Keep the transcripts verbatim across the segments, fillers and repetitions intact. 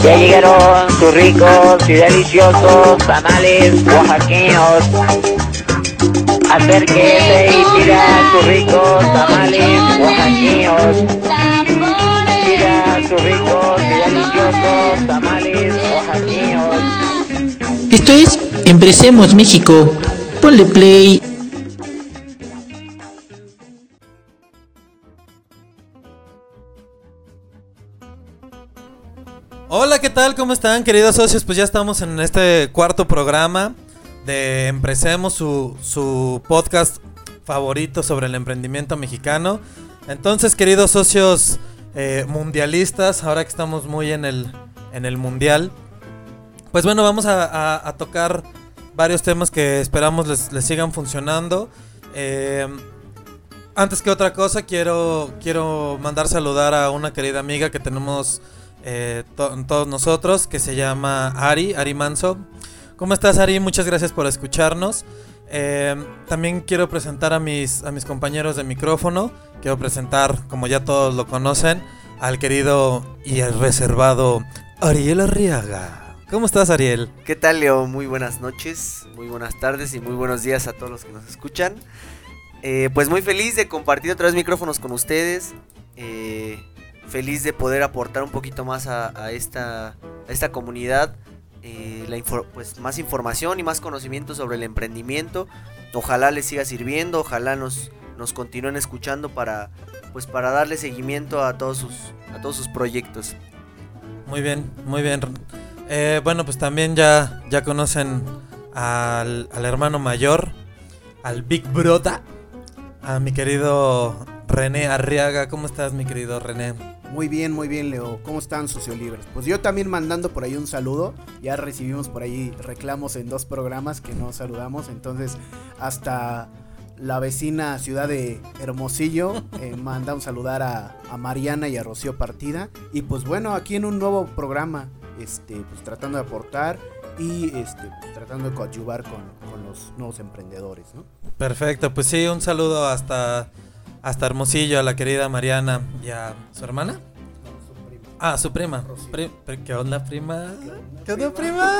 Ya llegaron sus ricos y deliciosos tamales oaxaqueños. Acérquese y pida sus ricos tamales oaxaqueños. Pida sus ricos y deliciosos tamales oaxaqueños. Esto es Empecemos México. Ponle play. Hola, ¿qué tal? ¿Cómo están, queridos socios? Pues ya estamos en este cuarto programa de Empecemos, su, su podcast favorito sobre el emprendimiento mexicano. Entonces, queridos socios eh, mundialistas, ahora que estamos muy en el, en el mundial, pues bueno, vamos a, a, a tocar varios temas que esperamos les, les sigan funcionando. Eh, antes que otra cosa, quiero, quiero mandar saludar a una querida amiga que tenemos... Eh, to- todos nosotros, que se llama Ari, Ari Manso. ¿Cómo estás, Ari? Muchas gracias por escucharnos. eh, También quiero presentar a mis, a mis compañeros de micrófono. Quiero presentar, como ya todos lo conocen, al querido y el reservado Ariel Arriaga. ¿Cómo estás, Ariel? ¿Qué tal, Leo? Muy buenas noches, muy buenas tardes y muy buenos días a todos los que nos escuchan. eh, Pues muy feliz de compartir otra vez micrófonos con ustedes. Eh... Feliz de poder aportar un poquito más a, a, esta, a esta comunidad, eh, la infor- pues más información y más conocimiento sobre el emprendimiento. Ojalá les siga sirviendo, ojalá nos, nos continúen escuchando para, pues para darle seguimiento a todos sus, a todos sus proyectos. Muy bien, muy bien. eh, Bueno, pues también ya, ya conocen al, al hermano mayor, al Big Brother, a mi querido René Arriaga. ¿Cómo estás, mi querido René? Muy bien, muy bien, Leo. ¿Cómo están, sociolibres? Pues yo también mandando por ahí un saludo. Ya recibimos por ahí reclamos en dos programas que no saludamos. Entonces, hasta la vecina ciudad de Hermosillo eh, manda un saludar a, a Mariana y a Rocío Partida. Y pues bueno, aquí en un nuevo programa, este, pues tratando de aportar y este, pues, tratando de coadyuvar con, con los nuevos emprendedores, ¿no? Perfecto, pues sí, un saludo hasta... Hasta Hermosillo, a la querida Mariana y a su hermana. No, su prima. Ah, su prima. Pri- pri- ¿Qué onda, prima? ¿Qué onda, prima?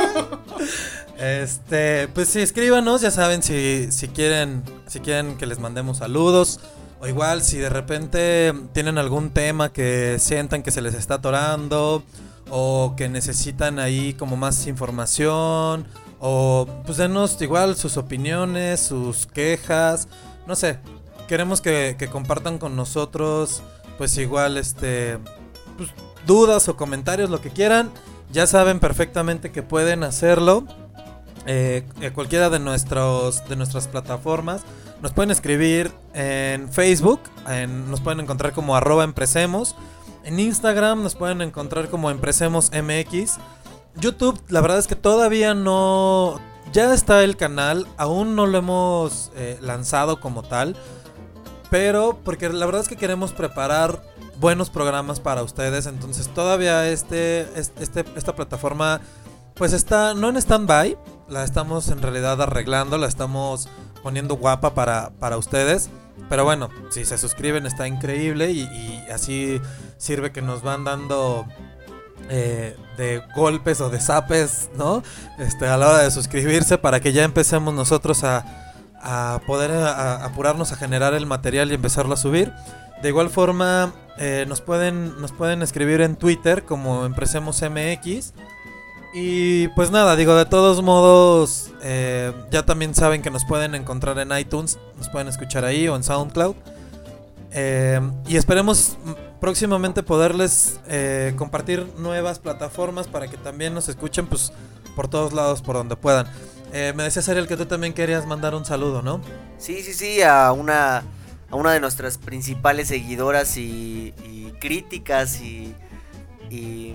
Este, pues sí, escríbanos, ya saben, si, si quieren, si quieren que les mandemos saludos. O igual, si de repente tienen algún tema que sientan que se les está atorando, o que necesitan ahí como más información, o pues denos igual sus opiniones, sus quejas, no sé. Queremos que, que compartan con nosotros, pues igual, este, pues, dudas o comentarios, lo que quieran. Ya saben perfectamente que pueden hacerlo eh, en cualquiera de, nuestros, de nuestras plataformas. Nos pueden escribir en Facebook, en, nos pueden encontrar como arroba Empecemos. En Instagram nos pueden encontrar como Empecemos M X. YouTube, la verdad es que todavía no... Ya está el canal, aún no lo hemos eh, lanzado como tal. Pero porque la verdad es que queremos preparar buenos programas para ustedes. Entonces todavía este, este, esta plataforma pues está no en stand-by. La estamos en realidad arreglando, la estamos poniendo guapa para, para ustedes. Pero bueno, si se suscriben está increíble. Y, y así sirve que nos van dando eh, de golpes o de zapes, ¿no? Este, a la hora de suscribirse, para que ya empecemos nosotros a... a poder a, a apurarnos a generar el material y empezarlo a subir. De igual forma eh, nos pueden nos pueden escribir en Twitter como Empecemos M X. Y pues nada, digo, de todos modos eh, ya también saben que nos pueden encontrar en iTunes, nos pueden escuchar ahí o en SoundCloud. eh, Y esperemos próximamente poderles eh, compartir nuevas plataformas para que también nos escuchen pues por todos lados, por donde puedan. Eh, me decías, Ariel, que tú también querías mandar un saludo, ¿no? Sí, sí, sí, a una, a una de nuestras principales seguidoras y, y críticas y, y,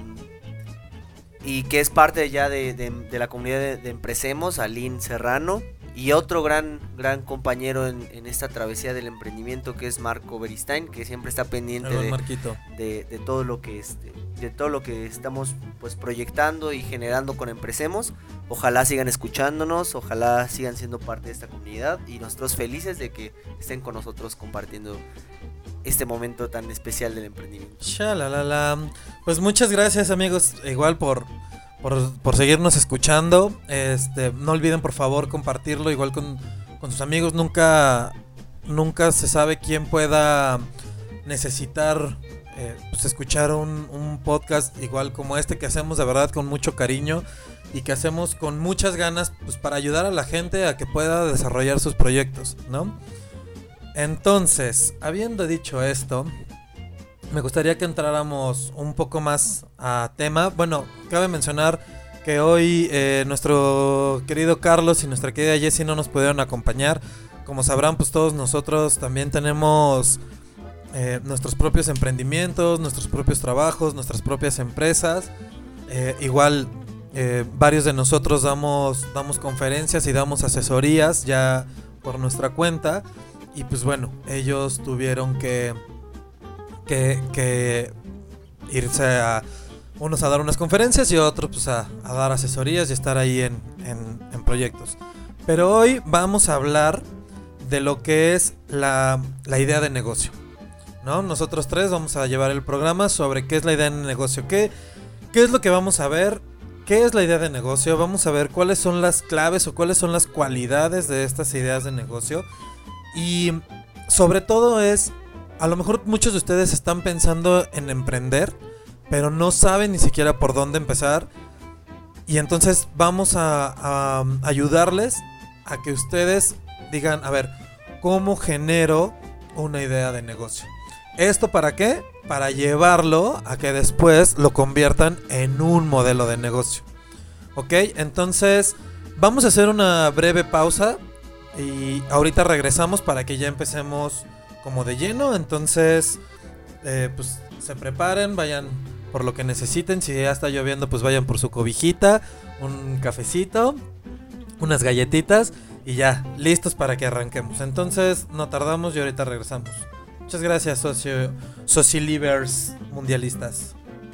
y que es parte ya de, de, de la comunidad de, de Empecemos, a Lynn Serrano. Y otro gran, gran compañero en, en esta travesía del emprendimiento, que es Marco Beristain, que siempre está pendiente de, de, de todo lo que este, de todo lo que estamos pues proyectando y generando con Empecemos. Ojalá sigan escuchándonos, ojalá sigan siendo parte de esta comunidad y nosotros felices de que estén con nosotros compartiendo este momento tan especial del emprendimiento. Shalalala. Pues muchas gracias, amigos, igual por, por, por seguirnos escuchando. Este, no olviden por favor compartirlo igual con, con sus amigos. Nunca, nunca se sabe quién pueda necesitar eh, pues escuchar un, un podcast igual como este que hacemos de verdad con mucho cariño y que hacemos con muchas ganas, pues para ayudar a la gente a que pueda desarrollar sus proyectos, ¿no? Entonces, habiendo dicho esto, me gustaría que entráramos un poco más a tema. Bueno, cabe mencionar que hoy eh, nuestro querido Carlos y nuestra querida Jessie no nos pudieron acompañar. Como sabrán, pues todos nosotros también tenemos eh, nuestros propios emprendimientos, nuestros propios trabajos, nuestras propias empresas. Eh, igual, eh, varios de nosotros damos, damos conferencias y damos asesorías ya por nuestra cuenta. Y pues bueno, ellos tuvieron que, que, que irse a unos a dar unas conferencias y otros pues a, a dar asesorías y estar ahí en, en, en proyectos. Pero hoy vamos a hablar de lo que es la, la idea de negocio, ¿no? Nosotros tres vamos a llevar el programa sobre qué es la idea de negocio, qué, qué es lo que vamos a ver, qué es la idea de negocio, vamos a ver cuáles son las claves o cuáles son las cualidades de estas ideas de negocio. Y sobre todo es, a lo mejor muchos de ustedes están pensando en emprender, pero no saben ni siquiera por dónde empezar. Y entonces vamos a, a ayudarles a que ustedes digan, a ver, ¿cómo genero una idea de negocio? ¿Esto para qué? Para llevarlo a que después lo conviertan en un modelo de negocio. ¿Ok? Entonces vamos a hacer una breve pausa. Y ahorita regresamos para que ya empecemos como de lleno. Entonces eh, pues se preparen, vayan por lo que necesiten. Si ya está lloviendo pues vayan por su cobijita, un cafecito, unas galletitas y ya, listos para que arranquemos. Entonces no tardamos y ahorita regresamos. Muchas gracias, socio, sociolivers mundialistas.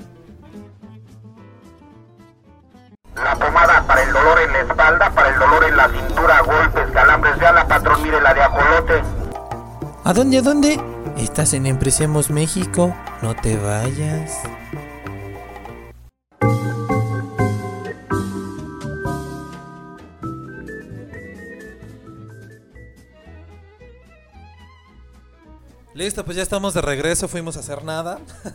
La pomada para el dolor en la espalda, para el dolor en la cintura, golpes, calambres, ya la patrón, mire la de ajolote. ¿A dónde, a dónde? Estás en Emprecemos México, no te vayas. Listo, pues ya estamos de regreso, fuimos a hacer nada.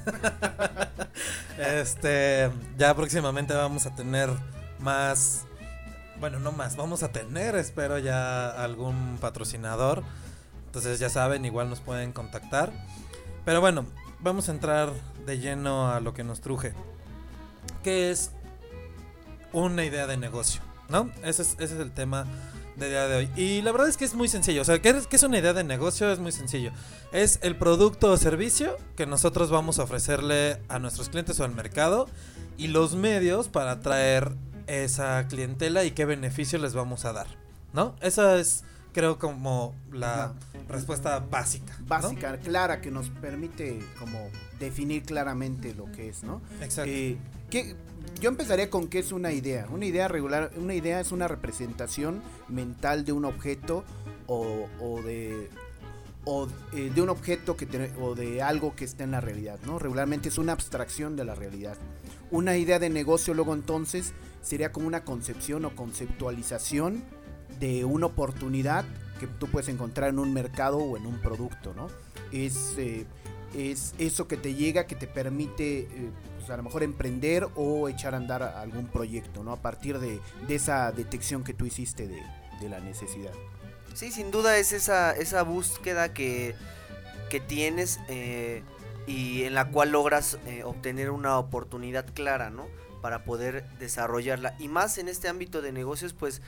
Este, ya próximamente vamos a tener más, bueno, no más, vamos a tener, espero ya algún patrocinador. Entonces ya saben, igual nos pueden contactar. Pero bueno, vamos a entrar de lleno a lo que nos truje. ¿Qué es una idea de negocio? ¿No? Ese es, ese es el tema de día de hoy. Y la verdad es que es muy sencillo. O sea, ¿qué es, qué es una idea de negocio? Es muy sencillo. Es el producto o servicio que nosotros vamos a ofrecerle a nuestros clientes o al mercado y los medios para atraer esa clientela y qué beneficio les vamos a dar, ¿no? Esa es, creo, como la no. respuesta básica, ¿no? Básica, clara, que nos permite como definir claramente lo que es, ¿no? Exacto. Eh, ¿qué? Yo empezaría con qué es una idea. Una idea regular, una idea es una representación mental de un objeto o, o de o eh, de un objeto que te, o de algo que está en la realidad, ¿no? Regularmente es una abstracción de la realidad. Una idea de negocio luego entonces sería como una concepción o conceptualización de una oportunidad que tú puedes encontrar en un mercado o en un producto, ¿no? Es eh, es eso que te llega, que te permite eh, pues a lo mejor emprender o echar a andar a algún proyecto, ¿no? A partir de, de esa detección que tú hiciste de, de la necesidad. Sí, sin duda es esa, esa búsqueda que, que tienes eh, y en la cual logras eh, obtener una oportunidad clara, ¿no? Para poder desarrollarla. Y más en este ámbito de negocios, pues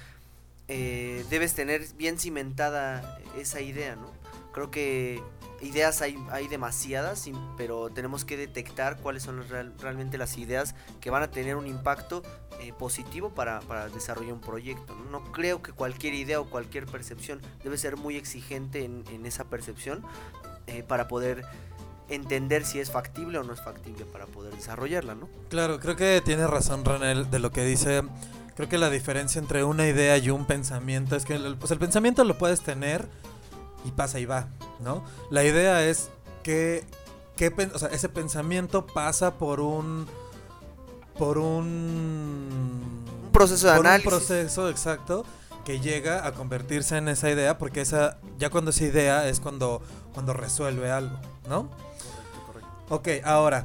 eh, debes tener bien cimentada esa idea, ¿no? Creo que ideas hay, hay demasiadas, pero tenemos que detectar cuáles son las real, realmente las ideas que van a tener un impacto eh, positivo para, para desarrollar un proyecto, ¿no? No creo que cualquier idea o cualquier percepción debe ser muy exigente en, en esa percepción eh, para poder entender si es factible o no es factible para poder desarrollarla, ¿no? Claro, creo que tiene razón René de lo que dice. Creo que la diferencia entre una idea y un pensamiento es que el, pues el pensamiento lo puedes tener y pasa y va, ¿no? La idea es qué, qué pen- o sea, ese pensamiento pasa por un por un Un proceso de por análisis. un proceso exacto que llega a convertirse en esa idea, porque esa ya cuando esa idea es cuando cuando resuelve algo, ¿no? Ok, ahora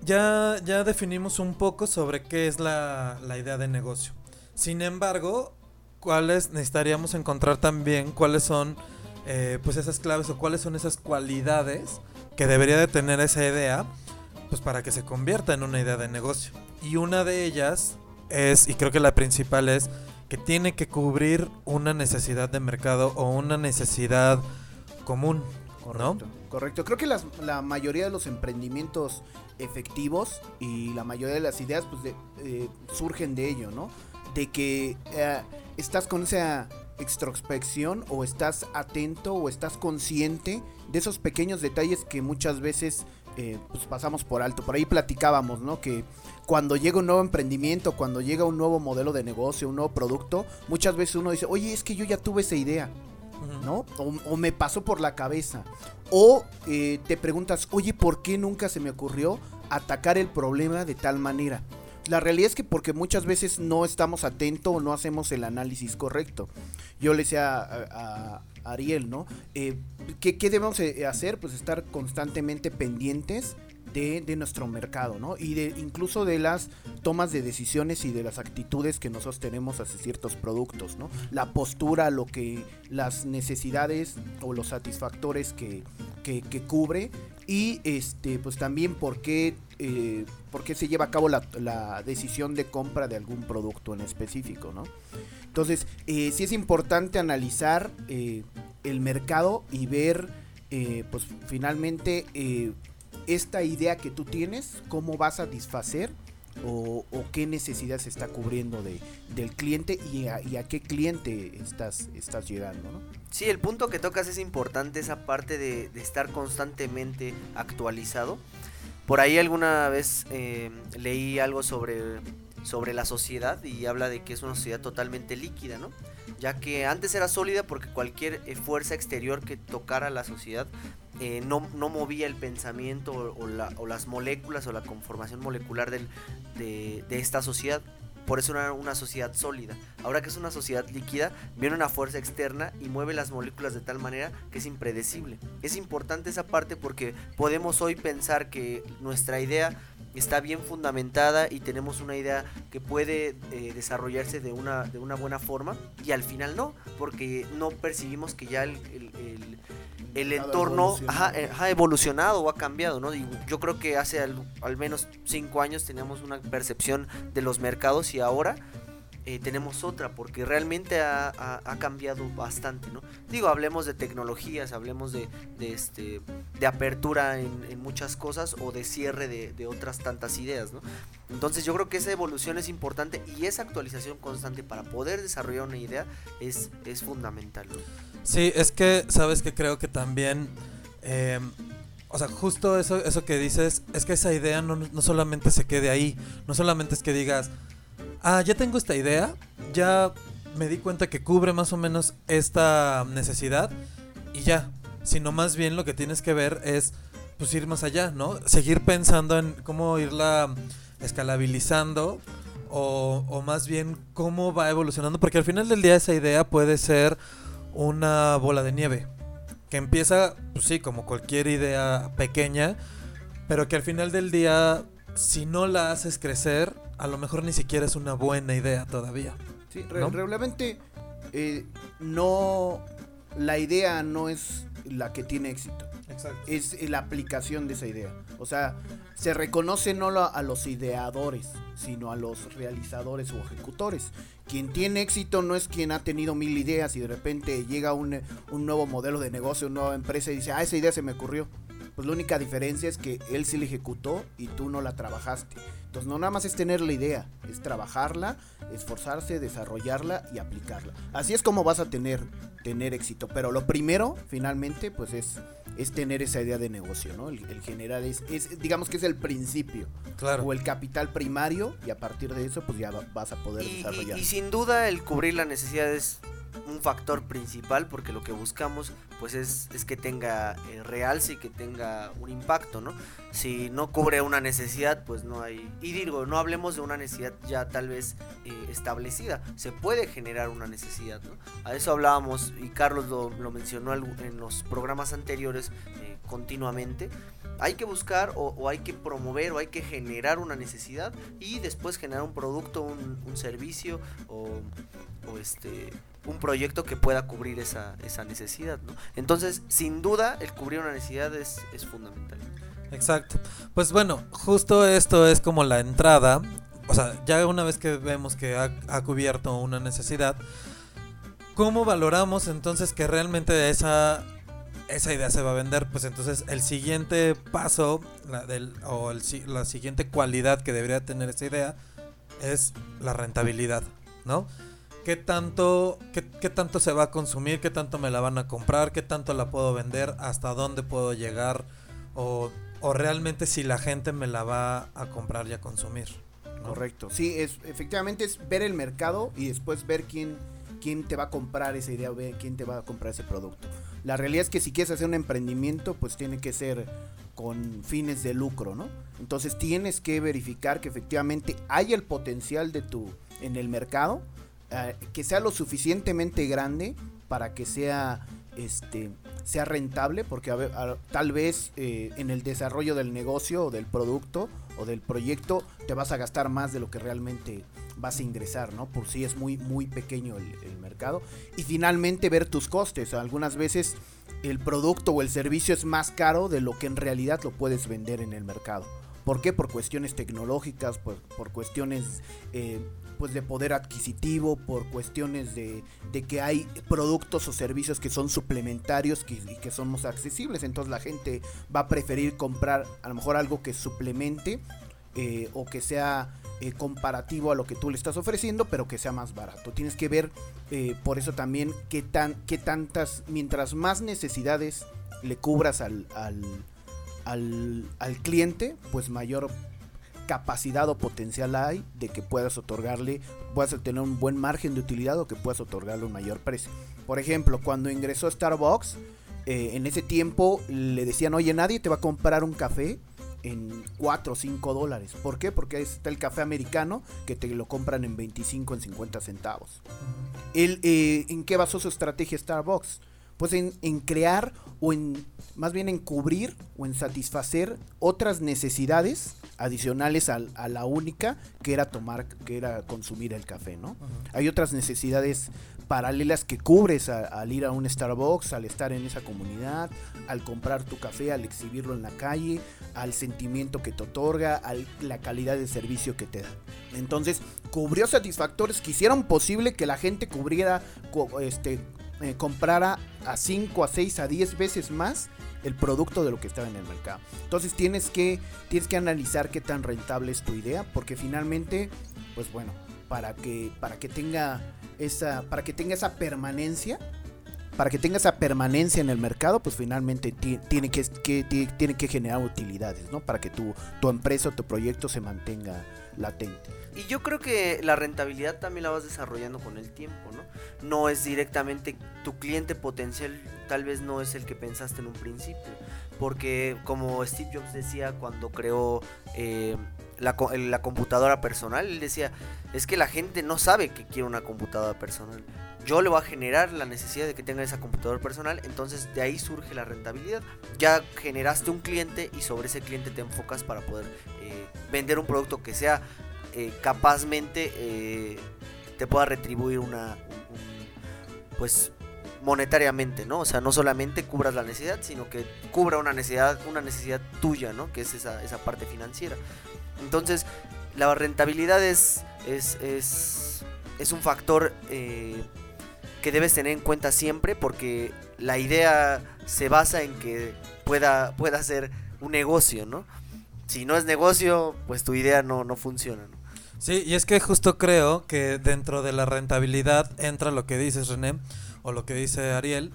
ya ya definimos un poco sobre qué es la, la idea de negocio. Sin embargo, cuáles necesitaríamos encontrar también cuáles son eh, pues esas claves o cuáles son esas cualidades que debería de tener esa idea, pues para que se convierta en una idea de negocio. Y una de ellas es, y creo que la principal es, que tiene que cubrir una necesidad de mercado o una necesidad común, ¿no? Correcto, correcto. Creo que las, la mayoría de los emprendimientos efectivos y la mayoría de las ideas pues de, eh, surgen de ello, ¿no? De que eh, estás con esa extrospección o estás atento o estás consciente de esos pequeños detalles que muchas veces eh, pues pasamos por alto. Por ahí platicábamos, ¿no? Que cuando llega un nuevo emprendimiento, cuando llega un nuevo modelo de negocio, un nuevo producto, muchas veces uno dice, oye, es que yo ya tuve esa idea, ¿no? O, o me pasó por la cabeza. O eh, te preguntas, oye, ¿por qué nunca se me ocurrió atacar el problema de tal manera? La realidad es que porque muchas veces no estamos atentos o no hacemos el análisis correcto. Yo le decía a, a Ariel, ¿no? Eh, ¿qué, ¿Qué debemos hacer? Pues estar constantemente pendientes de, de nuestro mercado, ¿no? Y de incluso de las tomas de decisiones y de las actitudes que nosotros tenemos hacia ciertos productos, ¿no? La postura, lo que las necesidades o los satisfactores que, que, que cubre y este pues también por qué eh, por qué se lleva a cabo la, la decisión de compra de algún producto en específico, ¿no? Entonces, eh, sí es importante analizar eh, el mercado y ver, eh, pues finalmente, eh, esta idea que tú tienes, cómo va a satisfacer o, o qué necesidad se está cubriendo de, del cliente y a, y a qué cliente estás, estás llegando, ¿no? Sí, el punto que tocas es importante, esa parte de, de estar constantemente actualizado. Por ahí alguna vez eh, leí algo sobre, sobre la sociedad y habla de que es una sociedad totalmente líquida, ¿no? Ya que antes era sólida porque cualquier eh, fuerza exterior que tocara la sociedad eh, no, no movía el pensamiento o, o, la, o las moléculas o la conformación molecular del, de, de esta sociedad. Por eso era una sociedad sólida. Ahora que es una sociedad líquida, viene una fuerza externa y mueve las moléculas de tal manera que es impredecible. Es importante esa parte porque podemos hoy pensar que nuestra idea está bien fundamentada y tenemos una idea que puede eh, desarrollarse de una, de una buena forma, y al final no, porque no percibimos que ya el, el, el, el entorno ha evolucionado. evolucionado o ha cambiado, ¿no? Y yo creo que hace al, al menos cinco años teníamos una percepción de los mercados y ahora eh, tenemos otra, porque realmente ha, ha, ha cambiado bastante, ¿no? Digo, hablemos de tecnologías, hablemos de, de, este, de apertura en, en muchas cosas o de cierre de, de otras tantas ideas, ¿no? Entonces yo creo que esa evolución es importante y esa actualización constante para poder desarrollar una idea es, es fundamental, ¿no? Sí, es que, sabes que creo que también, eh, o sea, justo eso, eso que dices, es que esa idea no, no solamente se quede ahí, no solamente es que digas, ah, ya tengo esta idea, ya me di cuenta que cubre más o menos esta necesidad y ya, sino más bien lo que tienes que ver es, pues, ir más allá, ¿no? Seguir pensando en cómo irla escalabilizando o, o más bien cómo va evolucionando, porque al final del día esa idea puede ser una bola de nieve que empieza, pues sí, como cualquier idea pequeña, pero que al final del día, si no la haces crecer, a lo mejor ni siquiera es una buena idea todavía. Sí, re- ¿no? realmente eh, no, la idea no es la que tiene éxito. Exacto. Es la aplicación de esa idea. O sea, se reconoce no lo- a los ideadores, sino a los realizadores o ejecutores. Quien tiene éxito no es quien ha tenido mil ideas y de repente llega un, un nuevo modelo de negocio, una nueva empresa y dice, ah, esa idea se me ocurrió. Pues la única diferencia es que él sí la ejecutó y tú no la trabajaste. Entonces no nada más es tener la idea, es trabajarla, esforzarse, desarrollarla y aplicarla. Así es como vas a tener, tener éxito. Pero lo primero, finalmente, pues es, es tener esa idea de negocio, ¿no? El, el general es, es, digamos que es el principio. Claro. O el capital primario y a partir de eso pues ya va- vas a poder Y, desarrollar. y, y sin duda el cubrir las necesidades un factor principal, porque lo que buscamos pues es, es que tenga eh, realce y que tenga un impacto, ¿no? Si no cubre una necesidad, pues no hay, y digo, no hablemos de una necesidad ya tal vez eh, establecida, se puede generar una necesidad, ¿no? A eso hablábamos y Carlos lo, lo mencionó en los programas anteriores eh, continuamente. Hay que buscar o, o hay que promover o hay que generar una necesidad y después generar un producto, un, un servicio o, o este un proyecto que pueda cubrir esa, esa necesidad, ¿no? Entonces, sin duda, el cubrir una necesidad es, es fundamental. Exacto. Pues bueno, justo esto es como la entrada. O sea, ya una vez que vemos que ha, ha cubierto una necesidad, ¿cómo valoramos entonces que realmente esa, esa idea se va a vender? Pues entonces el siguiente paso la del, o el, la siguiente cualidad que debería tener esa idea es la rentabilidad, ¿no? ¿Qué tanto, qué, qué tanto se va a consumir? ¿Qué tanto me la van a comprar? ¿Qué tanto la puedo vender? ¿Hasta dónde puedo llegar? O, o realmente si la gente me la va a comprar y a consumir, ¿no? Correcto. Sí, es efectivamente es ver el mercado y después ver quién, quién te va a comprar esa idea o ver quién te va a comprar ese producto. La realidad es que si quieres hacer un emprendimiento, pues tiene que ser con fines de lucro, ¿no? Entonces tienes que verificar que efectivamente hay el potencial de tu en el mercado. Uh, que sea lo suficientemente grande para que sea este sea rentable, porque a ver, a, tal vez eh, en el desarrollo del negocio o del producto o del proyecto te vas a gastar más de lo que realmente vas a ingresar, ¿no? Por si es muy muy pequeño el, el mercado. Y finalmente ver tus costes. Algunas veces el producto o el servicio es más caro de lo que en realidad lo puedes vender en el mercado. ¿Por qué? Por cuestiones tecnológicas, por, por cuestiones eh, pues de poder adquisitivo, por cuestiones de, de que hay productos o servicios que son suplementarios que, y que son más accesibles. Entonces la gente va a preferir comprar a lo mejor algo que suplemente eh, o que sea eh, comparativo a lo que tú le estás ofreciendo, pero que sea más barato. Tienes que ver eh, por eso también qué, tan, qué tantas, mientras más necesidades le cubras al... al Al, al cliente, pues mayor capacidad o potencial hay de que puedas otorgarle, puedas tener un buen margen de utilidad o que puedas otorgarle un mayor precio. Por ejemplo, cuando ingresó Starbucks, eh, en ese tiempo le decían, oye, nadie te va a comprar un café en cuatro o cinco dólares. ¿Por qué? Porque está el café americano que te lo compran en veinticinco, en cincuenta centavos. Él, eh, ¿en qué basó su estrategia Starbucks? Pues en, en crear o en, más bien en cubrir o en satisfacer otras necesidades adicionales a, a la única que era tomar, que era consumir el café, ¿no? Uh-huh. Hay otras necesidades paralelas que cubres a, al ir a un Starbucks, al estar en esa comunidad, al comprar tu café, al exhibirlo en la calle, al sentimiento que te otorga, a la calidad de servicio que te da. Entonces, cubrió satisfactores que hicieron posible que la gente cubriera, este, eh, comprara a cinco, a seis, a diez veces más el producto de lo que estaba en el mercado. Entonces tienes que, tienes que analizar qué tan rentable es tu idea, porque finalmente, pues bueno, para que, para que tenga esa, para que tenga esa permanencia, para que tenga esa permanencia en el mercado, pues finalmente t- tiene que, que t- tiene que generar utilidades, ¿no? Para que tu, tu empresa o tu proyecto se mantenga latente. Y yo creo que la rentabilidad también la vas desarrollando con el tiempo, ¿no? No es directamente tu cliente potencial, tal vez no es el que pensaste en un principio, porque como Steve Jobs decía cuando creó eh, la, la computadora personal, él decía, es que la gente no sabe que quiere una computadora personal. Yo le voy a generar la necesidad de que tenga esa computadora personal, entonces de ahí surge la rentabilidad. Ya generaste un cliente y sobre ese cliente te enfocas para poder eh, vender un producto que sea eh, capazmente eh, te pueda retribuir una, un, un, pues monetariamente, ¿no? O sea, no solamente cubras la necesidad, sino que cubra una necesidad, una necesidad tuya, ¿no? Que es esa, esa parte financiera. Entonces, la rentabilidad es, es, es, es un factor eh, que debes tener en cuenta siempre, porque la idea se basa en que pueda, pueda ser un negocio, ¿no? Si no es negocio, pues tu idea no, no funciona, ¿no? Sí, y es que justo creo que dentro de la rentabilidad entra lo que dices, René, o lo que dice Ariel.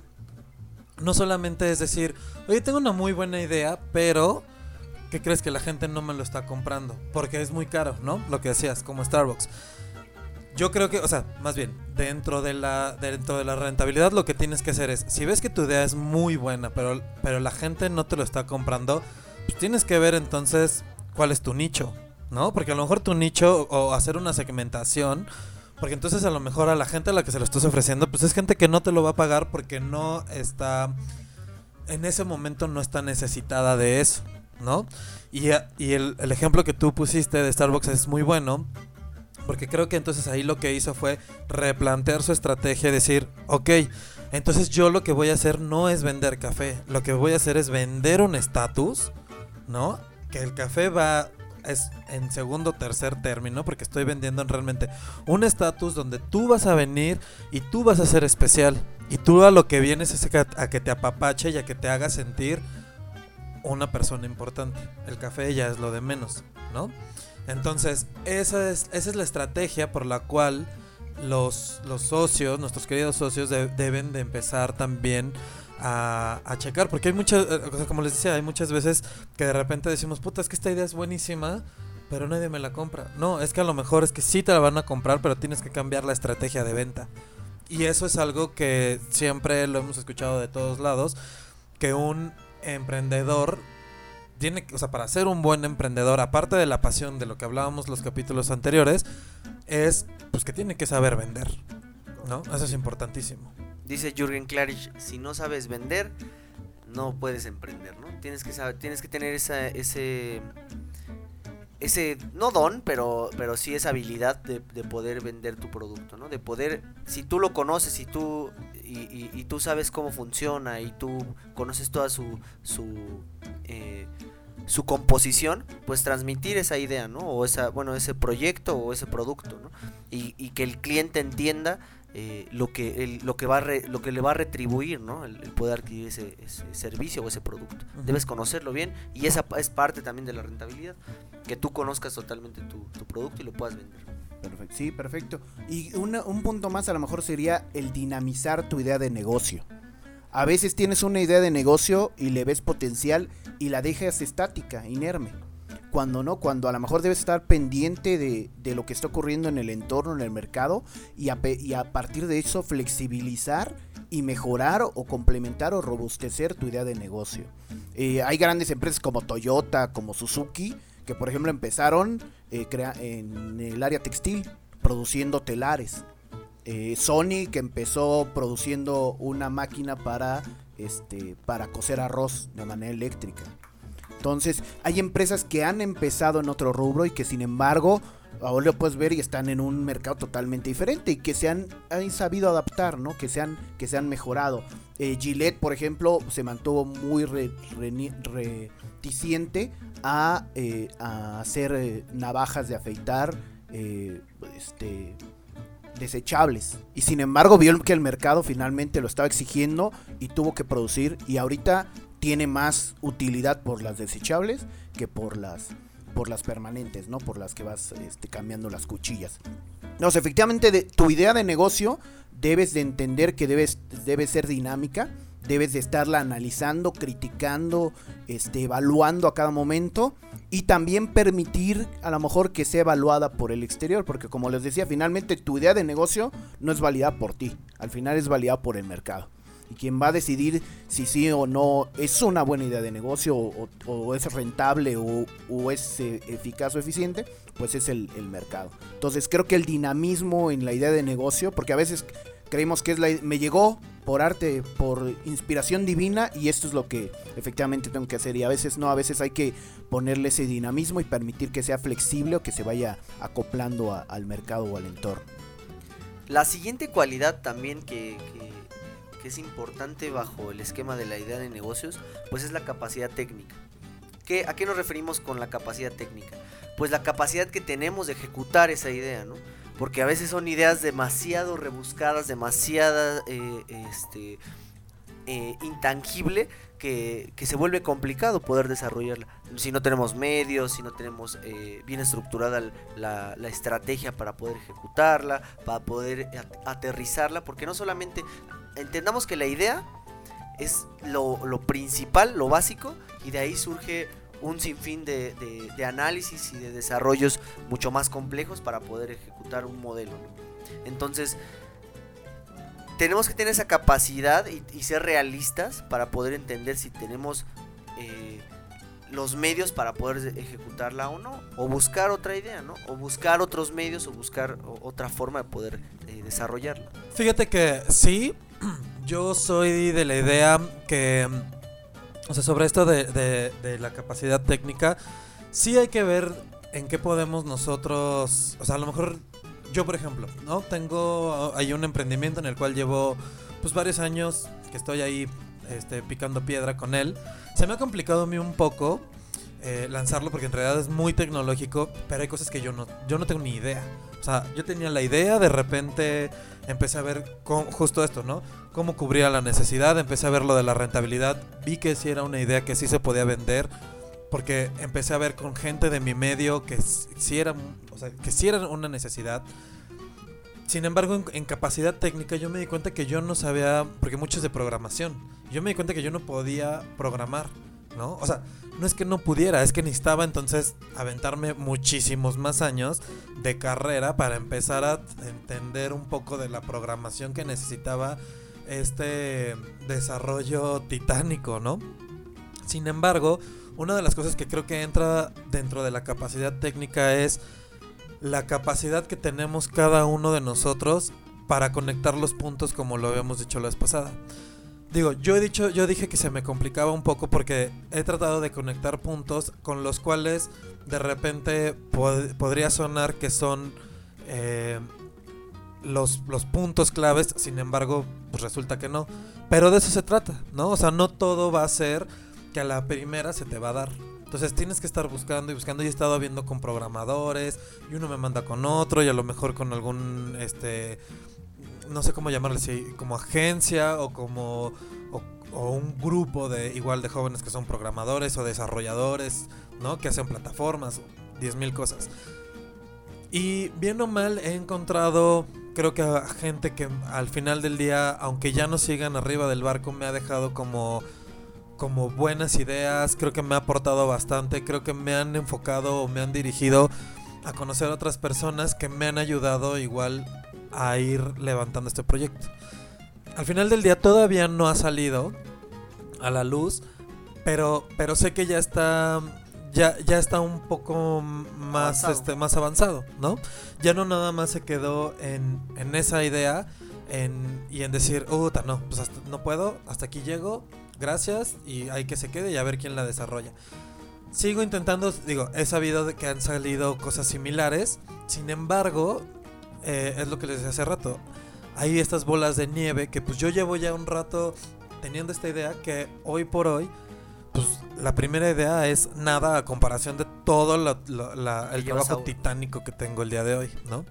No solamente es decir, oye, tengo una muy buena idea, pero ¿qué crees? Que la gente no me lo está comprando porque es muy caro, ¿no? Lo que decías, como Starbucks. yo creo que, o sea, más bien, dentro de la dentro de la rentabilidad lo que tienes que hacer es, si ves que tu idea es muy buena, pero, pero la gente no te lo está comprando, pues tienes que ver entonces cuál es tu nicho, ¿no? Porque a lo mejor tu nicho, o hacer una segmentación, porque entonces a lo mejor a la gente a la que se lo estás ofreciendo, pues es gente que no te lo va a pagar porque no está, en ese momento no está necesitada de eso, ¿no? Y, y el, el ejemplo que tú pusiste de Starbucks es muy bueno, porque creo que entonces ahí lo que hizo fue replantear su estrategia y decir, ok, entonces yo lo que voy a hacer no es vender café, lo que voy a hacer es vender un estatus, ¿no? Que el café va, es en segundo o tercer término, porque estoy vendiendo en realmente un estatus donde tú vas a venir y tú vas a ser especial, y tú a lo que vienes es a, a que te apapache y a que te haga sentir una persona importante. El café ya es lo de menos, ¿no? Entonces, esa es, esa es la estrategia por la cual los, los socios, nuestros queridos socios, de, deben de empezar también a, a checar. Porque hay muchas, o sea, como les decía, hay muchas veces que de repente decimos, puta, es que esta idea es buenísima, pero nadie me la compra. No, es que a lo mejor es que sí te la van a comprar, pero tienes que cambiar la estrategia de venta. Y eso es algo que siempre lo hemos escuchado de todos lados, que un emprendedor tiene, o sea, para ser un buen emprendedor, aparte de la pasión de lo que hablábamos los capítulos anteriores, es pues que tiene que saber vender, ¿no? Eso es importantísimo. Dice Jürgen Klarich, si no sabes vender, no puedes emprender, ¿no? Tienes que saber, tienes que tener esa, ese, ese, no don, pero, pero sí esa habilidad de, de poder vender tu producto, ¿no? De poder, si tú lo conoces y tú, y, y, y tú sabes cómo funciona y tú conoces toda su, su, eh, su composición, pues transmitir esa idea, ¿no? O esa, bueno, ese proyecto o ese producto, ¿no? Y, y que el cliente entienda eh, lo que el, lo que va a re, lo que le va a retribuir, ¿no? El, el poder adquirir ese, ese servicio o ese producto. Uh-huh. Debes conocerlo bien y esa es parte también de la rentabilidad, que tú conozcas totalmente tu, tu producto y lo puedas vender. Perfecto, sí, perfecto. Y una, un punto más a lo mejor sería el dinamizar tu idea de negocio. A veces tienes una idea de negocio y le ves potencial y la dejas estática, inerme. Cuando no, cuando a lo mejor debes estar pendiente de, de lo que está ocurriendo en el entorno, en el mercado, y a, y a partir de eso flexibilizar y mejorar o complementar o robustecer tu idea de negocio. Eh, hay grandes empresas como Toyota, como Suzuki, que por ejemplo empezaron eh, crea- en el área textil, produciendo telares. Eh, Sony, que empezó produciendo una máquina para, este, para cocer arroz de manera eléctrica. Entonces, hay empresas que han empezado en otro rubro y que sin embargo, ahora lo puedes ver y están en un mercado totalmente diferente y que se han, han sabido adaptar, ¿no? Que se han, que se han mejorado. Eh, Gillette, por ejemplo, se mantuvo muy re, re, reticente a, eh, a hacer eh, navajas de afeitar, eh, este... desechables, y sin embargo vio que el mercado finalmente lo estaba exigiendo y tuvo que producir, y ahorita tiene más utilidad por las desechables que por las por las permanentes, ¿no? Por las que vas este, cambiando las cuchillas. No, efectivamente de, tu idea de negocio debes de entender que debes debe ser dinámica, debes de estarla analizando, criticando, este, evaluando a cada momento, y también permitir a lo mejor que sea evaluada por el exterior, porque como les decía, finalmente tu idea de negocio no es validada por ti, al final es validada por el mercado. Y quien va a decidir si sí o no es una buena idea de negocio, o, o es rentable, o, o es eh, eficaz o eficiente, pues es el, el mercado. Entonces creo que el dinamismo en la idea de negocio, porque a veces creemos que es la, me llegó por arte, por inspiración divina, y esto es lo que efectivamente tengo que hacer, y a veces no, a veces hay que ponerle ese dinamismo y permitir que sea flexible o que se vaya acoplando a, al mercado o al entorno. La siguiente cualidad también que, que, que es importante bajo el esquema de la idea de negocios, pues es la capacidad técnica. ¿Qué, ¿A qué nos referimos con la capacidad técnica? Pues la capacidad que tenemos de ejecutar esa idea, ¿no? Porque a veces son ideas demasiado rebuscadas, demasiada eh, este, eh, intangible, que, que se vuelve complicado poder desarrollarla. Si no tenemos medios, si no tenemos eh, bien estructurada la, la estrategia para poder ejecutarla, para poder aterrizarla, porque no solamente entendamos que la idea es lo, lo principal, lo básico, y de ahí surge un sinfín de, de, de análisis y de desarrollos mucho más complejos para poder ejecutar un modelo, ¿no? Entonces, tenemos que tener esa capacidad y, y ser realistas para poder entender si tenemos eh, los medios para poder ejecutarla o no, o buscar otra idea, ¿no? O buscar otros medios o buscar o, otra forma de poder eh, desarrollarla. Fíjate que sí, yo soy de la idea que, o sea, sobre esto de, de, de la capacidad técnica, sí hay que ver en qué podemos nosotros, o sea, a lo mejor yo, por ejemplo, ¿no? Tengo ahí un emprendimiento en el cual llevo pues varios años que estoy ahí este, picando piedra con él. Se me ha complicado a mí un poco eh, lanzarlo porque en realidad es muy tecnológico, pero hay cosas que yo no, yo no tengo ni idea. O sea, yo tenía la idea, de repente empecé a ver con, justo esto, ¿no? Cómo cubría la necesidad, empecé a ver lo de la rentabilidad, vi que sí era una idea que sí se podía vender, porque empecé a ver con gente de mi medio que sí era, o sea, que sí era una necesidad. Sin embargo, en, en capacidad técnica yo me di cuenta que yo no sabía, porque mucho es de programación, yo me di cuenta que yo no podía programar, ¿no? O sea, no es que no pudiera, es que necesitaba entonces aventarme muchísimos más años de carrera para empezar a entender un poco de la programación que necesitaba este desarrollo titánico, ¿no? Sin embargo, una de las cosas que creo que entra dentro de la capacidad técnica es la capacidad que tenemos cada uno de nosotros para conectar los puntos, como lo habíamos dicho la vez pasada. Digo, yo he dicho, yo dije que se me complicaba un poco porque he tratado de conectar puntos con los cuales de repente pod- podría sonar que son eh, los, los puntos claves, sin embargo, pues resulta que no. Pero de eso se trata, ¿no? O sea, no todo va a ser que a la primera se te va a dar. Entonces tienes que estar buscando y buscando. Y he estado viendo con programadores y uno me manda con otro y a lo mejor con algún, este, no sé cómo llamarle, si como agencia o como o, o un grupo de igual de jóvenes que son programadores o desarrolladores, ¿no? Que hacen plataformas, diez mil cosas. Y bien o mal he encontrado, creo que a gente que al final del día, aunque ya no sigan arriba del barco, me ha dejado como como buenas ideas. Creo que me ha aportado bastante, creo que me han enfocado o me han dirigido a conocer a otras personas que me han ayudado igual a ir levantando este proyecto. Al final del día todavía no ha salido a la luz, pero pero sé que ya está ya ya está un poco más avanzado. este más avanzado, ¿no? Ya no nada más se quedó en en esa idea en y en decir, "Uta, no, pues hasta, no puedo, hasta aquí llego. Gracias", y hay que se quede y a ver quién la desarrolla. Sigo intentando, digo, he sabido de que han salido cosas similares. Sin embargo, eh, es lo que les decía hace rato, hay estas bolas de nieve que pues yo llevo ya un rato teniendo esta idea que hoy por hoy, pues la primera idea es nada a comparación de todo lo, lo, la, el trabajo titánico que tengo el día de hoy, ¿no?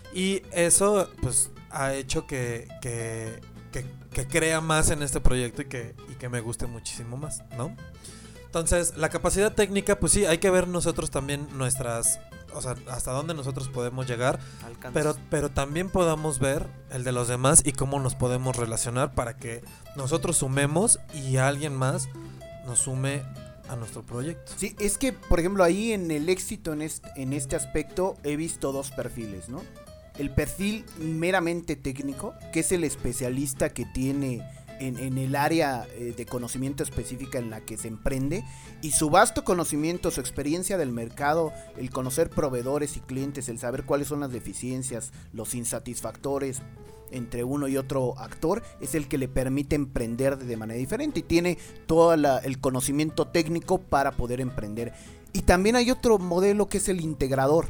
Y eso pues ha hecho que... que Que, que crea más en este proyecto y que, y que me guste muchísimo más, ¿no? Entonces, la capacidad técnica, pues sí, hay que ver nosotros también nuestras, o sea, hasta dónde nosotros podemos llegar, pero, pero también podamos ver el de los demás y cómo nos podemos relacionar para que nosotros sumemos y alguien más nos sume a nuestro proyecto. Sí, es que, por ejemplo, ahí en el éxito en este, en este aspecto he visto dos perfiles, ¿no? El perfil meramente técnico, que es el especialista que tiene en, en el área eh, de conocimiento específica en la que se emprende, y su vasto conocimiento, su experiencia del mercado, el conocer proveedores y clientes, el saber cuáles son las deficiencias, los insatisfactores entre uno y otro actor, es el que le permite emprender de manera diferente y tiene todo la, el conocimiento técnico para poder emprender. Y también hay otro modelo que es el integrador.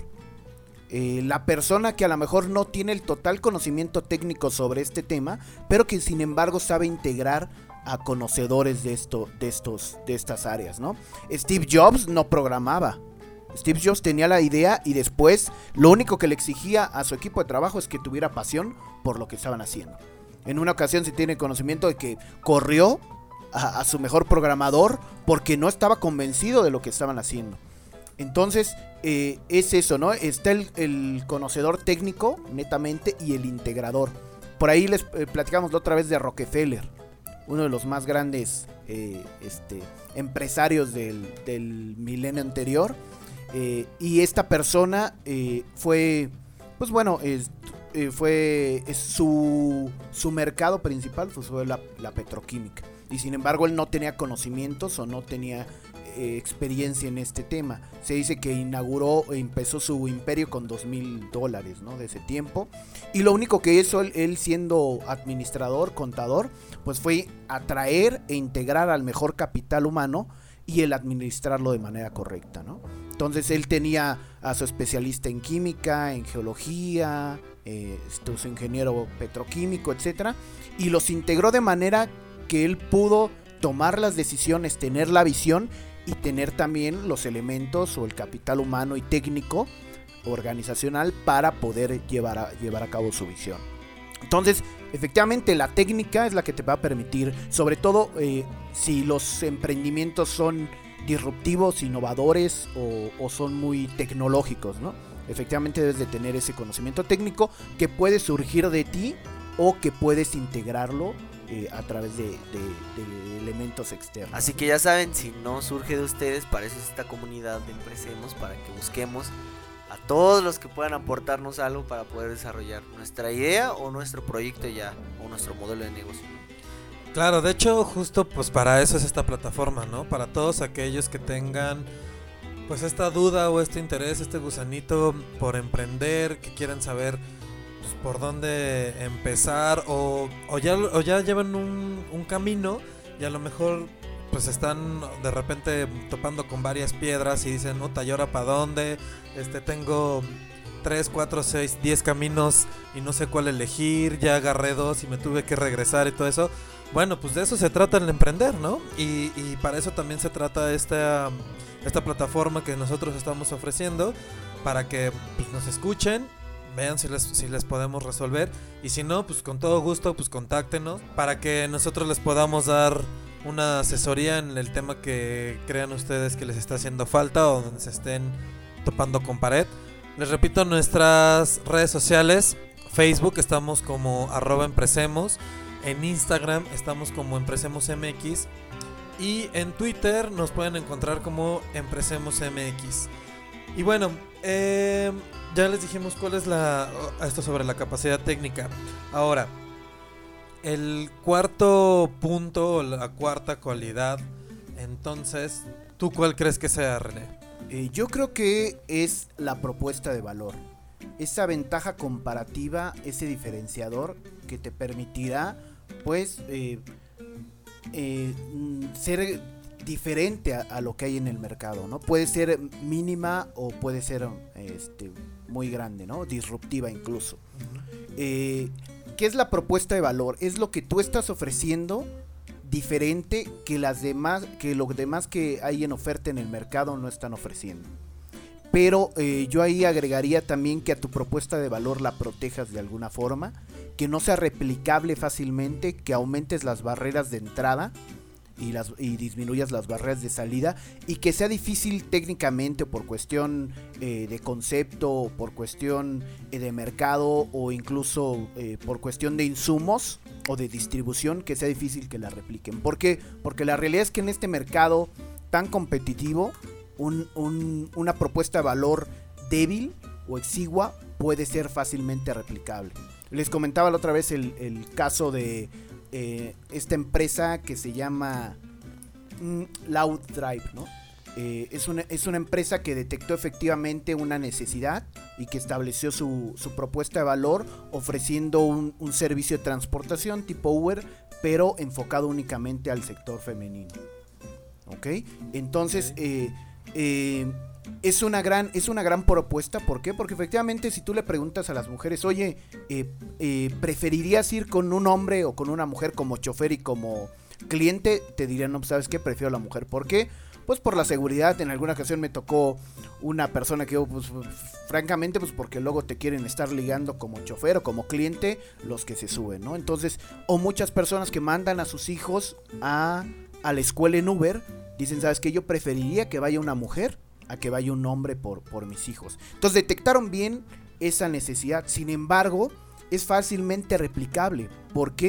Eh, la persona que a lo mejor no tiene el total conocimiento técnico sobre este tema, pero que sin embargo sabe integrar a conocedores de esto, de estos, de estas áreas, ¿no? Steve Jobs no programaba. Steve Jobs tenía la idea y después lo único que le exigía a su equipo de trabajo es que tuviera pasión por lo que estaban haciendo. En una ocasión se tiene conocimiento de que corrió a, a su mejor programador porque no estaba convencido de lo que estaban haciendo. Entonces, eh, es eso, ¿no? Está el, el conocedor técnico, netamente, y el integrador. Por ahí les eh, platicamos la otra vez de Rockefeller. uno de los más grandes eh, este, empresarios del, del milenio anterior. Eh, y esta persona eh, fue, pues bueno, es, eh, fue es su, su mercado principal pues fue la, la petroquímica. Y sin embargo él no tenía conocimientos o no tenía eh, experiencia en este tema. Se dice que inauguró, empezó su imperio con dos mil dólares, ¿no? De ese tiempo. Y lo único que hizo él, él siendo administrador, contador, pues fue atraer e integrar al mejor capital humano y el administrarlo de manera correcta, ¿no? Entonces él tenía a su especialista en química, en geología, eh, este, su ingeniero petroquímico, etcétera, y los integró de manera que él pudo tomar las decisiones, tener la visión y tener también los elementos o el capital humano y técnico organizacional para poder llevar a, llevar a cabo su visión. Entonces, efectivamente, la técnica es la que te va a permitir, sobre todo eh, si los emprendimientos son disruptivos, innovadores o, o son muy tecnológicos, ¿no? Efectivamente debes de tener ese conocimiento técnico que puede surgir de ti o que puedes integrarlo eh, a través de, de, de elementos externos. Así que ya saben, si no surge de ustedes, para eso es esta comunidad de Empresemos, para que busquemos a todos los que puedan aportarnos algo para poder desarrollar nuestra idea o nuestro proyecto ya, o nuestro modelo de negocio. Claro, de hecho, justo pues para eso es esta plataforma, ¿no? Para todos aquellos que tengan pues esta duda o este interés, este gusanito por emprender, que quieran saber pues, por dónde empezar o, o, ya, o ya llevan un, un camino y a lo mejor pues están de repente topando con varias piedras y dicen, no, ¿y ahora para dónde? Este, tengo tres, cuatro, seis, diez caminos y no sé cuál elegir, ya agarré dos y me tuve que regresar y todo eso. Bueno, pues de eso se trata el emprender, ¿no? Y, y para eso también se trata esta, esta plataforma que nosotros estamos ofreciendo, para que pues, nos escuchen, vean si les, si les podemos resolver, y si no, pues con todo gusto, pues contáctenos, para que nosotros les podamos dar una asesoría en el tema que crean ustedes que les está haciendo falta o donde se estén topando con pared. Les repito, nuestras redes sociales, Facebook estamos como arroba Empresemos, en Instagram estamos como Empresemos M X y en Twitter nos pueden encontrar como Empresemos M X. Y bueno, eh, ya les dijimos cuál es la esto sobre la capacidad técnica. Ahora, el cuarto punto, la cuarta cualidad, entonces, ¿tú cuál crees que sea, René? Eh, yo creo que es la propuesta de valor. Esa ventaja comparativa, ese diferenciador que te permitirá, pues, eh, eh, ser diferente a, a lo que hay en el mercado, ¿no? Puede ser mínima o puede ser este, muy grande, ¿no? Disruptiva incluso. Uh-huh. Eh, ¿Qué es la propuesta de valor? Es lo que tú estás ofreciendo diferente que las demás, que lo demás que hay en oferta en el mercado no están ofreciendo. Pero eh, yo ahí agregaría también que a tu propuesta de valor la protejas de alguna forma, que no sea replicable fácilmente, que aumentes las barreras de entrada y, las, y disminuyas las barreras de salida, y que sea difícil técnicamente por cuestión eh, de concepto, o por cuestión eh, de mercado o incluso eh, por cuestión de insumos o de distribución, que sea difícil que la repliquen. ¿Por qué? Porque la realidad es que en este mercado tan competitivo, un, un, una propuesta de valor débil o exigua puede ser fácilmente replicable. Les comentaba la otra vez el, el caso de eh, esta empresa que se llama mm, Loud Drive, ¿no? Eh, es, una, es una empresa que detectó efectivamente una necesidad y que estableció su, su propuesta de valor ofreciendo un, un servicio de transportación tipo Uber, pero enfocado únicamente al sector femenino. ¿Ok? Entonces, eh, eh, es una gran, es una gran propuesta. ¿Por qué? Porque efectivamente si tú le preguntas a las mujeres, oye, eh, eh, ¿preferirías ir con un hombre o con una mujer como chofer y como cliente? Te dirían, no, ¿sabes qué? Prefiero la mujer. ¿Por qué? Pues por la seguridad. En alguna ocasión me tocó una persona que yo, pues, francamente, pues porque luego te quieren estar ligando como chofer o como cliente los que se suben, ¿no? Entonces, o muchas personas que mandan a sus hijos a, a la escuela en Uber, dicen, ¿sabes qué? Yo preferiría que vaya una mujer a que vaya un hombre por, por mis hijos. Entonces detectaron bien esa necesidad. Sin embargo, es fácilmente replicable. ¿Por qué?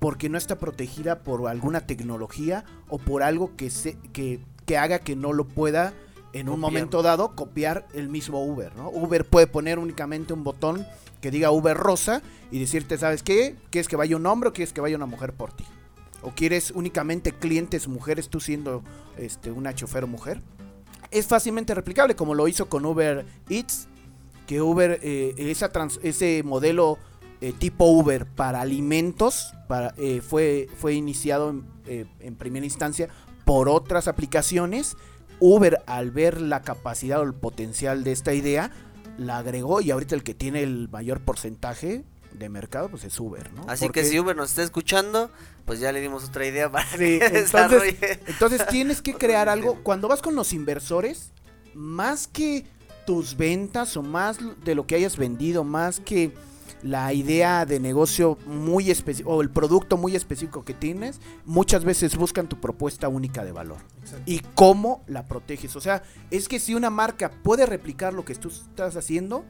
porque no está protegida por alguna tecnología o por algo que, se, que, que haga que no lo pueda en un Copiar. momento dado copiar el mismo Uber, ¿no? Uber puede poner únicamente un botón que diga Uber rosa y decirte, ¿sabes qué? ¿Quieres que vaya un hombre o quieres que vaya una mujer por ti? ¿O quieres únicamente clientes mujeres tú siendo este, una chofer mujer? Es fácilmente replicable como lo hizo con Uber Eats, que Uber, eh, esa trans, ese modelo eh, tipo Uber para alimentos para, eh, fue, fue iniciado en, eh, en primera instancia por otras aplicaciones. Uber, al ver la capacidad o el potencial de esta idea, la agregó y ahorita el que tiene el mayor porcentaje de mercado pues es Uber, ¿no? Así Porque, que si Uber nos está escuchando, pues ya le dimos otra idea para sí, que entonces, desarrolle. entonces tienes que crear algo. Cuando vas con los inversores, más que tus ventas o más de lo que hayas vendido, más que la idea de negocio muy específico o el producto muy específico que tienes, muchas veces buscan tu propuesta única de valor. Exacto. Y cómo la proteges. O sea, es que si una marca puede replicar lo que tú estás haciendo,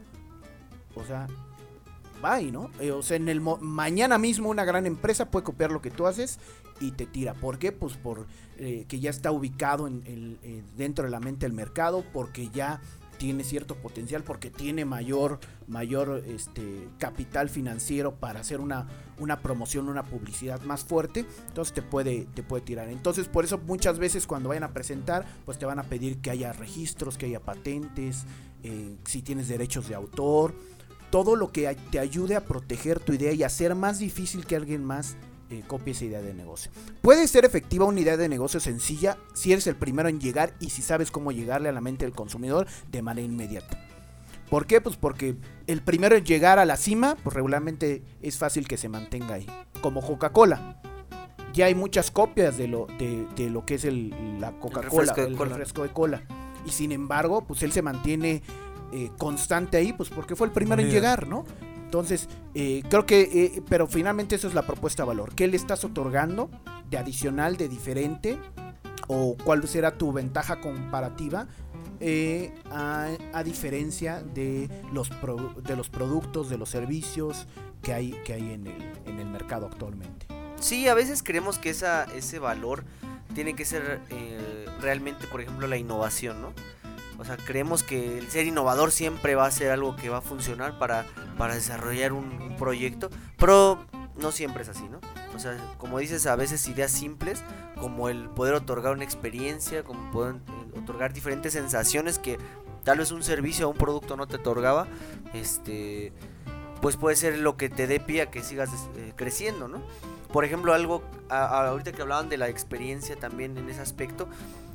o sea, bye, ¿no? Eh, o sea, en el mo- mañana mismo una gran empresa puede copiar lo que tú haces y te tira. ¿Por qué? Pues por eh, que ya está ubicado en el, eh, dentro de la mente del mercado, porque ya tiene cierto potencial, porque tiene mayor mayor este capital financiero para hacer una, una promoción, una publicidad más fuerte, entonces te puede, te puede tirar. Entonces por eso muchas veces cuando vayan a presentar, pues te van a pedir que haya registros, que haya patentes, eh, si tienes derechos de autor, todo lo que te ayude a proteger tu idea y hacer más difícil que alguien más eh, copie esa idea de negocio. Puede ser efectiva una idea de negocio sencilla si eres el primero en llegar y si sabes cómo llegarle a la mente del consumidor de manera inmediata. ¿Por qué? Pues porque el primero en llegar a la cima, pues regularmente es fácil que se mantenga ahí. Como Coca-Cola. Ya hay muchas copias de lo, de, de lo que es el, la Coca-Cola, refresco de el cola. refresco de cola. Y sin embargo, pues él se mantiene eh, constante ahí, pues porque fue el primero en llegar, ¿no? Entonces, eh, creo que, eh, pero finalmente eso es la propuesta de valor. ¿Qué le estás otorgando de adicional, de diferente? ¿O cuál será tu ventaja comparativa? Eh, a, a diferencia de los, pro, de los productos, de los servicios que hay, que hay en, el, en el mercado actualmente. Sí, a veces creemos que esa, ese valor tiene que ser eh, realmente, por ejemplo, la innovación, ¿no? O sea, creemos que el ser innovador siempre va a ser algo que va a funcionar para, para desarrollar un, un proyecto, pero no siempre es así, ¿no? O sea, como dices, a veces ideas simples, como el poder otorgar una experiencia, como poder eh, otorgar diferentes sensaciones que tal vez un servicio o un producto no te otorgaba, este, pues puede ser lo que te dé pie a que sigas eh, creciendo, ¿no? Por ejemplo, algo, a, a, ahorita que hablaban de la experiencia también en ese aspecto,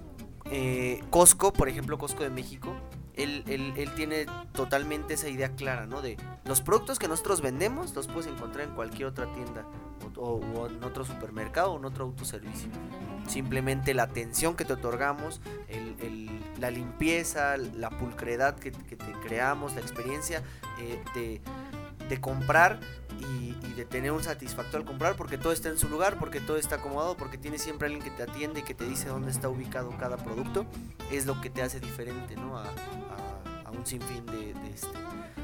eh, Costco, por ejemplo, Costco de México, él, él, él tiene totalmente esa idea clara, ¿no? De los productos que nosotros vendemos los puedes encontrar en cualquier otra tienda o, o, o en otro supermercado o en otro autoservicio. Simplemente la atención que te otorgamos, el, el, la limpieza, la pulcredad que, que te creamos, la experiencia eh, de, de comprar y, y de tener un satisfactor al comprar, porque todo está en su lugar, porque todo está acomodado, porque tienes siempre alguien que te atiende y que te dice dónde está ubicado cada producto, es lo que te hace diferente, ¿no? a, a, a un sinfín de, de, este,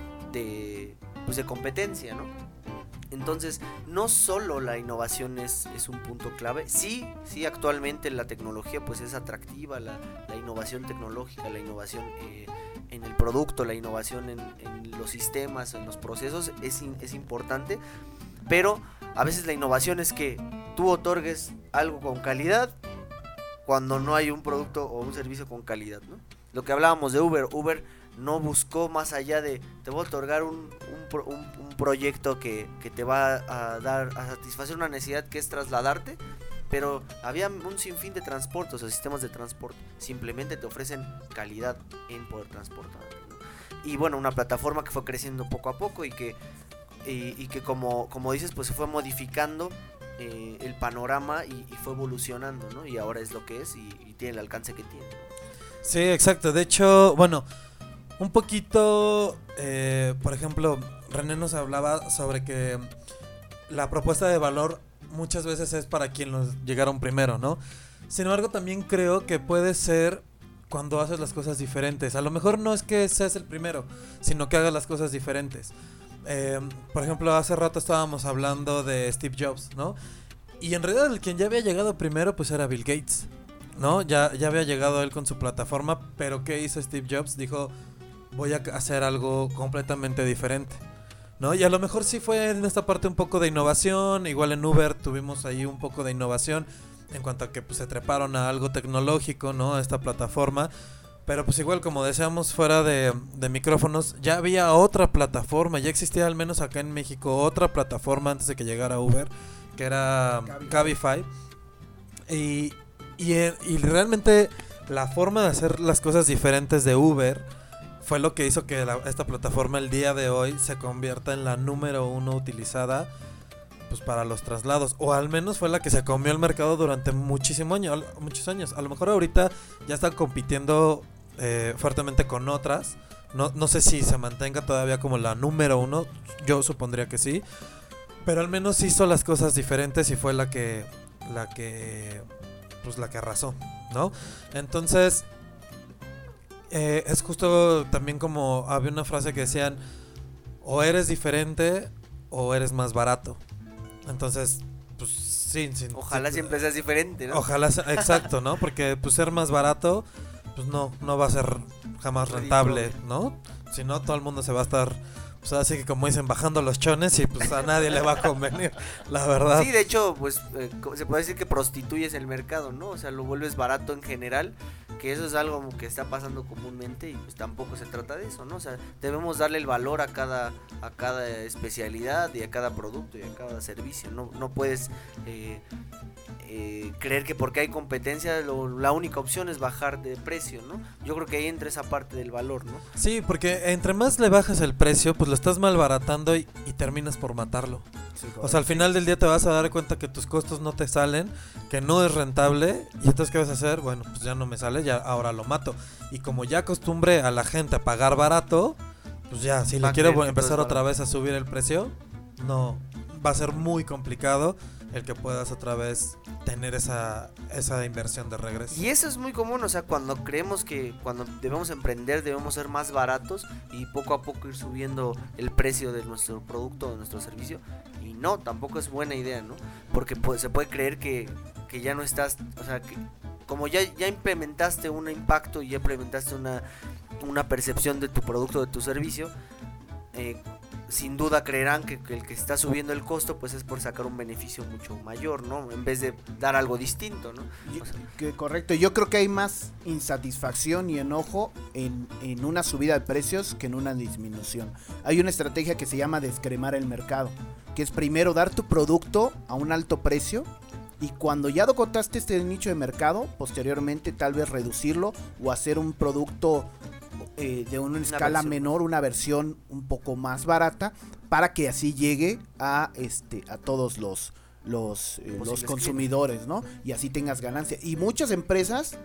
de, pues de competencia, ¿no? Entonces, no solo la innovación es, es un punto clave, sí, sí, actualmente la tecnología pues es atractiva, la, la innovación tecnológica, la innovación eh, en el producto, la innovación en, en los sistemas, en los procesos es, in, es importante, pero a veces la innovación es que tú otorgues algo con calidad cuando no hay un producto o un servicio con calidad, ¿no? Lo que hablábamos de Uber, Uber no buscó más allá de te voy a otorgar un, un, un, un proyecto que, que te va a dar a satisfacer una necesidad que es trasladarte, pero había un sinfín de transportes o sea, sistemas de transporte, simplemente te ofrecen calidad en poder transportarte, ¿no? Y bueno, una plataforma que fue creciendo poco a poco y que, y, y que como, como dices, pues se fue modificando eh, el panorama y, y fue evolucionando, ¿no? Y ahora es lo que es y, y tiene el alcance que tiene. Sí, exacto. De hecho, bueno, un poquito, eh, por ejemplo, René nos hablaba sobre que la propuesta de valor muchas veces es para quien los llegaron primero, ¿no? Sin embargo, también creo que puede ser cuando haces las cosas diferentes. A lo mejor no es que seas el primero, sino que hagas las cosas diferentes. Eh, por ejemplo, hace rato estábamos hablando de Steve Jobs, ¿no? y en realidad el quien ya había llegado primero pues era Bill Gates, ¿no? Ya, ya había llegado él con su plataforma, pero ¿qué hizo Steve Jobs? Dijo, voy a hacer algo completamente diferente, ¿no? Y a lo mejor sí fue en esta parte un poco de innovación, igual en Uber tuvimos ahí un poco de innovación en cuanto a que pues, se treparon a algo tecnológico, ¿no? A esta plataforma. Pero pues igual como decíamos fuera de, de micrófonos, ya había otra plataforma, ya existía al menos acá en México otra plataforma antes de que llegara Uber, que era Cabify. Y, y, y realmente la forma de hacer las cosas diferentes de Uber fue lo que hizo que la, esta plataforma el día de hoy se convierta en la número uno utilizada pues para los traslados, o al menos fue la que se comió el mercado durante muchísimo año, muchos años. A lo mejor ahorita ya están compitiendo eh, fuertemente con otras. No, no sé si se mantenga todavía como la número uno, yo supondría que sí, pero al menos hizo las cosas diferentes y fue la que, la que, pues la que arrasó, ¿no? Entonces eh, es justo también como había una frase que decían, o eres diferente o eres más barato. Entonces, pues sí, sí Ojalá sí, siempre seas diferente, ¿no? Ojalá, exacto, ¿no? Porque pues ser más barato, pues no, no va a ser jamás rentable, ¿no? Si no, todo el mundo se va a estar, pues así que como dicen, bajando los chones y pues a nadie le va a convenir, la verdad. Sí, de hecho, pues eh, se puede decir que prostituyes el mercado, ¿no? O sea, lo vuelves barato en general, que eso es algo que está pasando comúnmente y pues tampoco se trata de eso, ¿no? O sea, debemos darle el valor a cada a cada especialidad y a cada producto y a cada servicio. No, no puedes eh, eh, creer que porque hay competencia lo, la única opción es bajar de precio, ¿no? Yo creo que ahí entra esa parte del valor, ¿no? Sí, porque entre más le bajas el precio, pues lo estás malbaratando y, y terminas por matarlo. Sí, o sea, al final del día te vas a dar cuenta que tus costos no te salen, que no es rentable, y entonces ¿qué vas a hacer? Bueno, pues ya no me sale, ya ahora lo mato. Y como ya acostumbré a la gente a pagar barato, pues ya, si le quiero empezar otra vez a subir el precio, no, va a ser muy complicado el que puedas otra vez tener esa, esa inversión de regreso. Y eso es muy común, o sea, cuando creemos que cuando debemos emprender debemos ser más baratos y poco a poco ir subiendo el precio de nuestro producto o de nuestro servicio, y no, tampoco es buena idea, ¿no? Porque pues, se puede creer que, que ya no estás, o sea, que como ya, ya implementaste un impacto y ya implementaste una, una percepción de tu producto, de tu servicio, eh, sin duda creerán que, que el que está subiendo el costo pues es por sacar un beneficio mucho mayor, ¿no? En vez de dar algo distinto, ¿no? O sea, que, que correcto, yo creo que hay más insatisfacción y enojo en, en una subida de precios que en una disminución. Hay una estrategia que se llama descremar el mercado, que es primero dar tu producto a un alto precio y cuando ya docotaste este nicho de mercado, posteriormente tal vez reducirlo o hacer un producto Eh, de una, una escala versión. menor, una versión un poco más barata, para que así llegue a este a todos los los, eh, los consumidores, ¿no? Y así tengas ganancia. Y muchas empresas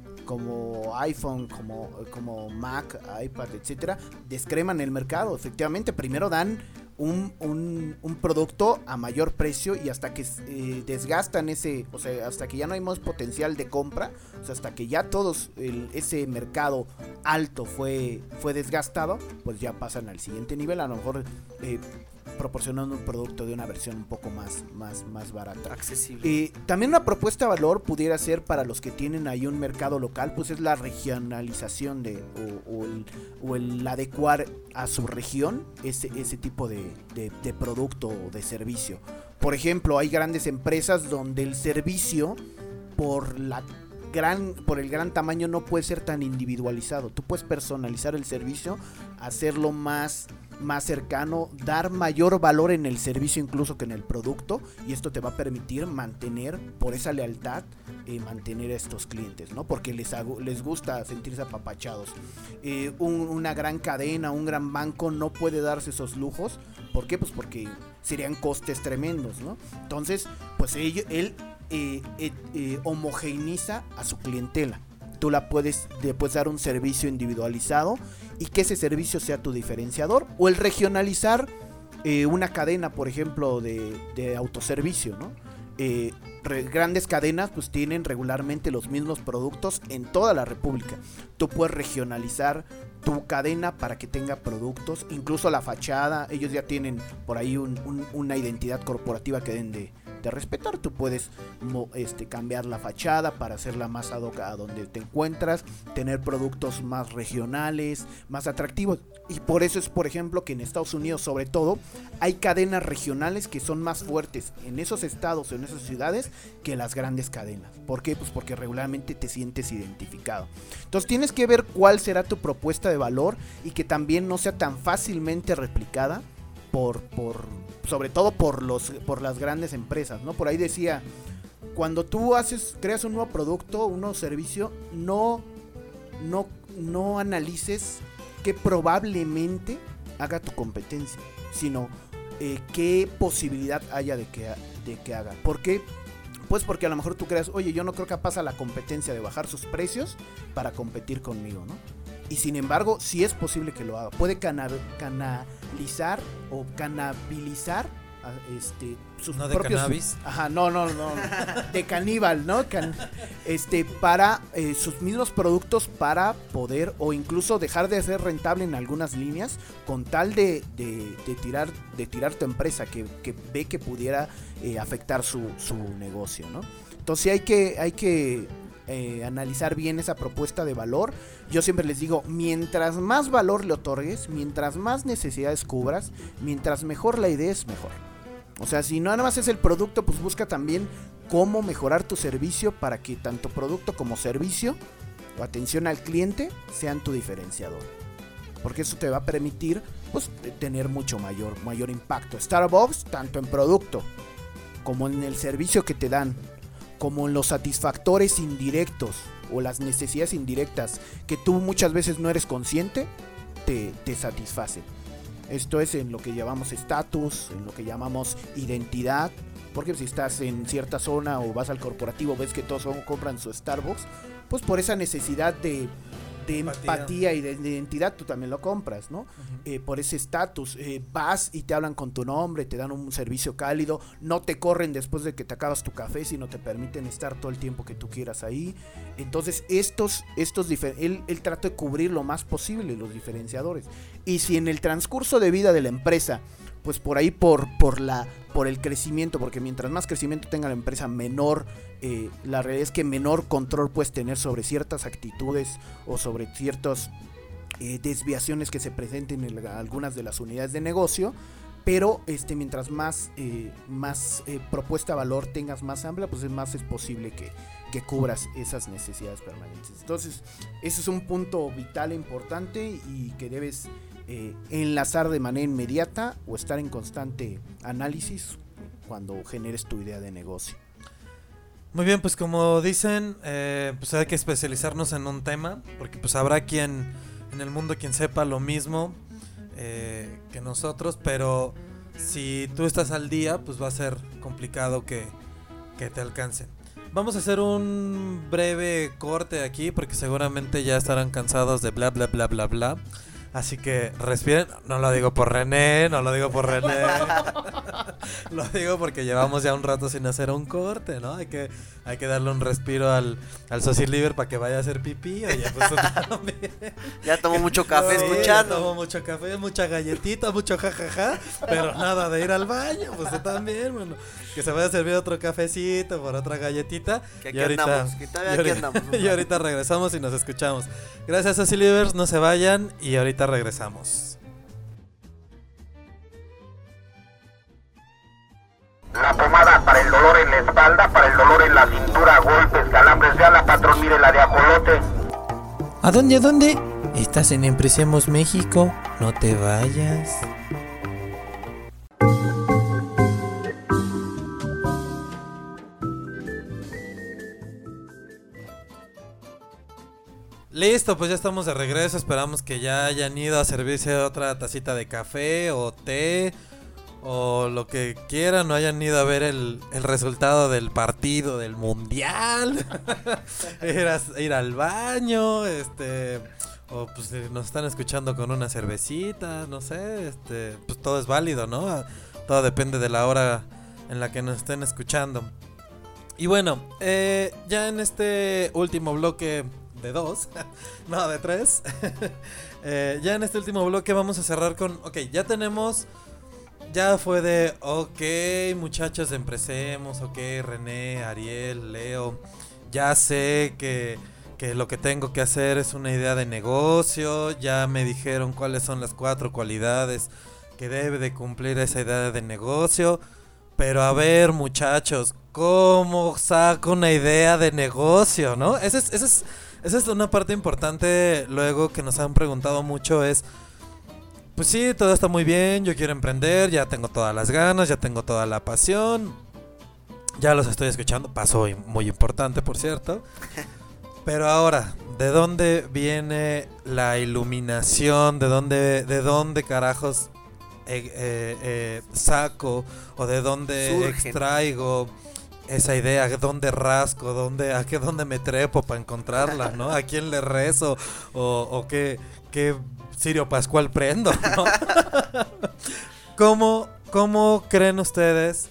como iPhone, como, como Mac, iPad, etcétera, descreman el mercado. Efectivamente, primero dan un, un, un producto a mayor precio y hasta que eh, desgastan ese, o sea, hasta que ya no hay más potencial de compra, o sea, hasta que ya todos el, ese mercado alto fue, fue desgastado, pues ya pasan al siguiente nivel, a lo mejor eh, proporcionando un producto de una versión un poco más, más, más barata. Accesible. Eh, también una propuesta de valor pudiera ser para los que tienen ahí un mercado local, pues es la regionalización de, o, o, el, o el adecuar a su región ese, ese tipo de, de, de producto o de servicio. Por ejemplo, hay grandes empresas donde el servicio por la gran por el gran tamaño no puede ser tan individualizado. Tú puedes personalizar el servicio, hacerlo más más cercano, dar mayor valor en el servicio incluso que en el producto, y esto te va a permitir mantener por esa lealtad, eh, mantener a estos clientes, ¿no? Porque les hago, les gusta sentirse apapachados. Eh, un, una gran cadena, un gran banco no puede darse esos lujos. ¿Por qué? Pues porque serían costes tremendos, ¿no? Entonces, pues él, él eh, eh, eh, homogeneiza a su clientela. Tú la puedes, le puedes dar un servicio individualizado y que ese servicio sea tu diferenciador, o el regionalizar eh, una cadena, por ejemplo, de, de autoservicio, ¿no? Eh, re, grandes cadenas pues tienen regularmente los mismos productos en toda la república. Tú puedes regionalizar tu cadena para que tenga productos, incluso la fachada. Ellos ya tienen por ahí un, un, una identidad corporativa que deben de, de respetar. Tú puedes mo, este, cambiar la fachada para hacerla más ad hoc a donde te encuentras, tener productos más regionales, más atractivos. Y por eso es, por ejemplo, que en Estados Unidos sobre todo hay cadenas regionales que son más fuertes en esos estados o en esas ciudades que las grandes cadenas. ¿Por qué? Pues porque regularmente te sientes identificado. Entonces tienes que ver cuál será tu propuesta de valor y que también no sea tan fácilmente replicada por, por sobre todo por los por las grandes empresas, ¿no? Por ahí decía, cuando tú haces creas un nuevo producto, un nuevo servicio, no no no analices qué probablemente haga tu competencia, sino eh, qué posibilidad haya de que de que haga. ¿Por qué? Pues porque a lo mejor tú creas, oye, yo no creo capaz a la competencia de bajar sus precios para competir conmigo, ¿no? Y sin embargo, sí es posible que lo haga. Puede cana- canalizar o canabilizar a, este, sus ¿No de propios... cannabis? Ajá, no, no, no. De caníbal, ¿no? Can- este, para eh, sus mismos productos para poder o incluso dejar de ser rentable en algunas líneas con tal de, de, de, tirar, de tirar tu empresa que, que ve que pudiera eh, afectar su, su negocio, ¿no? Entonces hay que... Hay que Eh, analizar bien esa propuesta de valor. Yo siempre les digo, mientras más valor le otorgues, mientras más necesidades cubras, mientras mejor la idea es mejor. O sea, si no nada más es el producto, pues busca también cómo mejorar tu servicio para que tanto producto como servicio o atención al cliente sean tu diferenciador. Porque eso te va a permitir, pues, tener mucho mayor, mayor impacto. Starbucks, tanto en producto como en el servicio que te dan, como en los satisfactores indirectos o las necesidades indirectas que tú muchas veces no eres consciente, te, te satisfacen. Esto es en lo que llamamos estatus, en lo que llamamos identidad, porque si estás en cierta zona o vas al corporativo, ves que todos son, compran su Starbucks, pues por esa necesidad de, de empatía. empatía y de, de identidad tú también lo compras, ¿no? Uh-huh. Eh, por ese estatus, eh, vas y te hablan con tu nombre, te dan un servicio cálido, no te corren después de que te acabas tu café, sino te permiten estar todo el tiempo que tú quieras ahí. Entonces estos, estos difer- él, él trata de cubrir lo más posible los diferenciadores. Y si en el transcurso de vida de la empresa, pues por ahí por, por, la, por el crecimiento, porque mientras más crecimiento tenga la empresa, menor, eh, la realidad es que menor control puedes tener sobre ciertas actitudes o sobre ciertas eh, desviaciones que se presenten en la, algunas de las unidades de negocio. Pero este, mientras más, eh, más eh, propuesta de valor tengas más amplia, pues es más es posible que, que cubras esas necesidades permanentes. Entonces, ese es un punto vital e importante y que debes eh, enlazar de manera inmediata o estar en constante análisis cuando generes tu idea de negocio. Muy bien, pues como dicen, eh, pues hay que especializarnos en un tema, porque pues habrá quien en el mundo quien sepa lo mismo eh, que nosotros, pero si tú estás al día, pues va a ser complicado que, que te alcancen. Vamos a hacer un breve corte aquí, porque seguramente ya estarán cansados de bla bla bla bla bla. Así que respiren, no lo digo por René, no lo digo por René, lo digo porque llevamos ya un rato sin hacer un corte, ¿no? Hay que, hay que darle un respiro al, al Soci Liber para que vaya a hacer pipí. Oye, pues tú también. Ya tomó mucho café Sí, escuchando. Tomó mucho café, mucha galletita, mucho jajaja, pero nada de ir al baño, pues tú también, bueno. Que se vaya a servir otro cafecito por otra galletita. Que aquí y ahorita, andamos, que todavía y ahorita, aquí andamos. y ahorita regresamos y nos escuchamos. Gracias Soci Libers, no se vayan y ahorita regresamos. La pomada para el dolor en la espalda, para el dolor en la cintura, golpes, calambres, ya la patrón, mire la de ajolote. ¿A dónde, a dónde? Estás en Empresemos México, no te vayas. Listo, pues ya estamos de regreso. Esperamos que ya hayan ido a servirse otra tacita de café o té o lo que quieran, o hayan ido a ver el, el resultado del partido del mundial. ir, a, ir al baño, este, o pues si nos están escuchando con una cervecita, no sé, este, pues todo es válido, ¿no? Todo depende de la hora en la que nos estén escuchando. Y bueno, eh, ya en este último bloque de dos, no, de tres. eh, ya en este último bloque vamos a cerrar con, ok, ya tenemos ya fue de, ok, muchachos, empecemos, ok, René, Ariel, Leo, ya sé que, que lo que tengo que hacer es una idea de negocio, ya me dijeron cuáles son las cuatro cualidades que debe de cumplir esa idea de negocio, pero a ver, muchachos, ¿cómo saco una idea de negocio, no? Esa es, esa es, esa es una parte importante luego que nos han preguntado mucho, es... Pues sí, todo está muy bien, yo quiero emprender, ya tengo todas las ganas, ya tengo toda la pasión, ya los estoy escuchando, paso muy importante por cierto, pero ahora, ¿de dónde viene la iluminación? ¿De dónde, de dónde carajos eh, eh, eh, saco o de dónde Surgen. extraigo esa idea? ¿De dónde rasco? ¿Dónde, ¿A qué dónde me trepo para encontrarla? ¿No? ¿A quién le rezo? ¿O, o qué, qué Sirio Pascual prendo? ¿No? ¿Cómo, ¿Cómo creen ustedes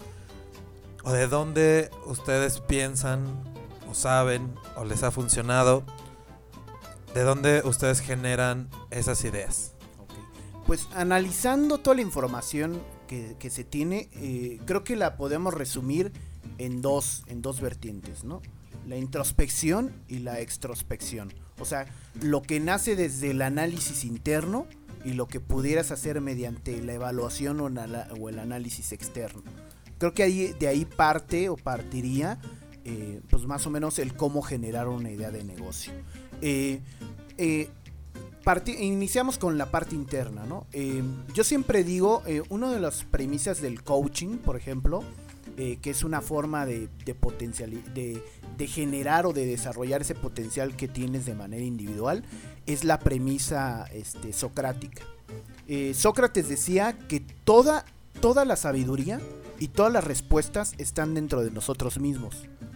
o de dónde ustedes piensan o saben o les ha funcionado? ¿De dónde ustedes generan esas ideas? Pues analizando toda la información que, que se tiene, eh, creo que la podemos resumir en dos, en dos vertientes, ¿no? La introspección y la extrospección. O sea, lo que nace desde el análisis interno y lo que pudieras hacer mediante la evaluación o, na- o el análisis externo. Creo que ahí, de ahí parte o partiría eh, pues más o menos el cómo generar una idea de negocio. Eh, eh, Parti- iniciamos con la parte interna, ¿no? Eh, yo siempre digo, eh, una de las premisas del coaching, por ejemplo, eh, que es una forma de, de, potenciali- de, de generar o de desarrollar ese potencial que tienes de manera individual, es la premisa este, socrática. Eh, Sócrates decía que toda, toda la sabiduría y todas las respuestas están dentro de nosotros mismos.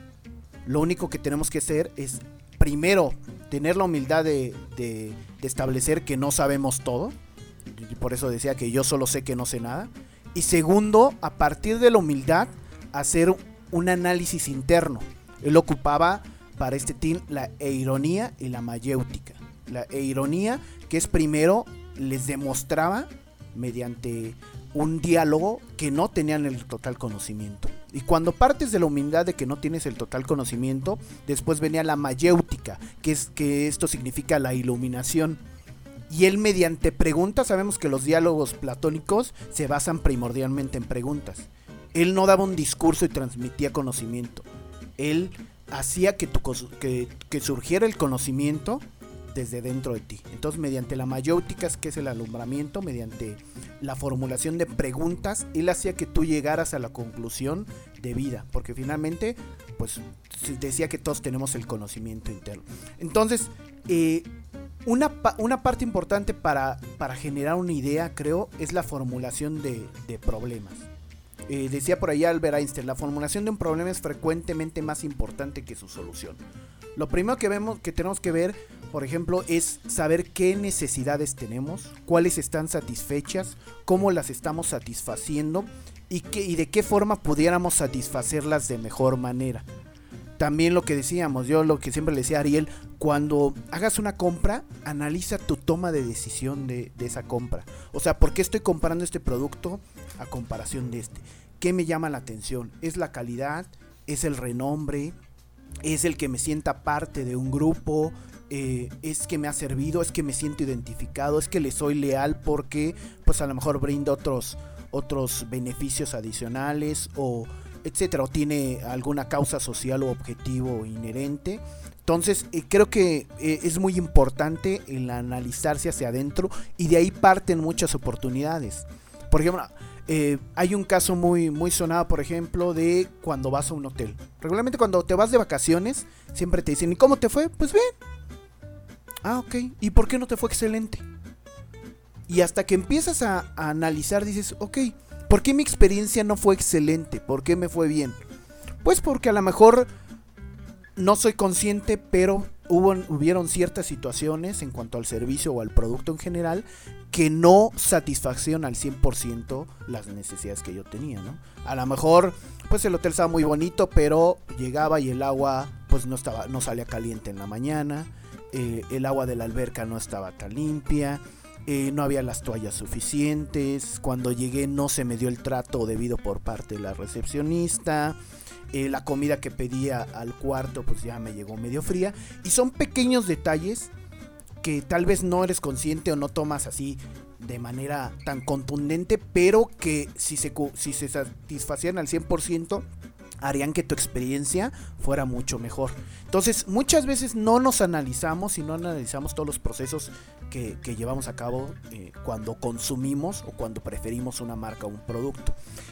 Lo único que tenemos que hacer es, primero, tener la humildad de, de, de establecer que no sabemos todo. Y por eso decía que yo solo sé que no sé nada. Y segundo, a partir de la humildad, hacer un análisis interno. Él ocupaba para este team la eironía y la mayéutica. La eironía, que es primero, les demostraba mediante un diálogo que no tenían el total conocimiento. Y cuando partes de la humildad de que no tienes el total conocimiento, después venía la mayéutica, que es que esto significa la iluminación. Y él mediante preguntas, sabemos que los diálogos platónicos se basan primordialmente en preguntas. Él no daba un discurso y transmitía conocimiento. Él hacía que, tu, que, que surgiera el conocimiento desde dentro de ti. Entonces, mediante la mayéutica, que es el alumbramiento, mediante la formulación de preguntas, él hacía que tú llegaras a la conclusión de vida, porque finalmente, pues, decía que todos tenemos el conocimiento interno. Entonces, eh, una, una parte importante para, para generar una idea, creo, es la formulación de, de problemas. Eh, decía por ahí Albert Einstein, la formulación de un problema es frecuentemente más importante que su solución. Lo primero que vemos, que tenemos que ver, por ejemplo, es saber qué necesidades tenemos, cuáles están satisfechas, cómo las estamos satisfaciendo y, qué, y de qué forma pudiéramos satisfacerlas de mejor manera. También lo que decíamos, yo lo que siempre le decía a Ariel, cuando hagas una compra, analiza tu toma de decisión de, de esa compra. O sea, ¿por qué estoy comprando este producto a comparación de este? ¿Qué me llama la atención? ¿Es la calidad? ¿Es el renombre? ¿Es el que me sienta parte de un grupo? Eh, ¿Es que me ha servido? ¿Es que me siento identificado? ¿Es que le soy leal porque pues a lo mejor brinda otros, otros beneficios adicionales o etcétera, o tiene alguna causa social o objetivo inherente? Entonces eh, creo que eh, es muy importante el analizarse hacia adentro y de ahí parten muchas oportunidades. Por ejemplo, eh, hay un caso muy, muy sonado, por ejemplo, de cuando vas a un hotel. Regularmente cuando te vas de vacaciones siempre te dicen, ¿y cómo te fue? Pues bien. Ah, ok. ¿Y por qué no te fue excelente? Y hasta que empiezas a, a analizar dices, ok, ¿por qué mi experiencia no fue excelente? ¿Por qué me fue bien? Pues porque a lo mejor no soy consciente, pero hubo, hubieron ciertas situaciones en cuanto al servicio o al producto en general que no satisfacieron al cien por ciento las necesidades que yo tenía, ¿no? A lo mejor pues el hotel estaba muy bonito, pero llegaba y el agua pues no estaba, no salía caliente en la mañana, eh, el agua de la alberca no estaba tan limpia, eh, no había las toallas suficientes, cuando llegué no se me dio el trato debido por parte de la recepcionista, eh, la comida que pedía al cuarto pues ya me llegó medio fría, y son pequeños detalles que tal vez no eres consciente o no tomas así de manera tan contundente, pero que si se, si se satisfacían al cien por ciento harían que tu experiencia fuera mucho mejor. Entonces muchas veces no nos analizamos y no analizamos todos los procesos que, que llevamos a cabo eh, cuando consumimos o cuando preferimos una marca o un producto.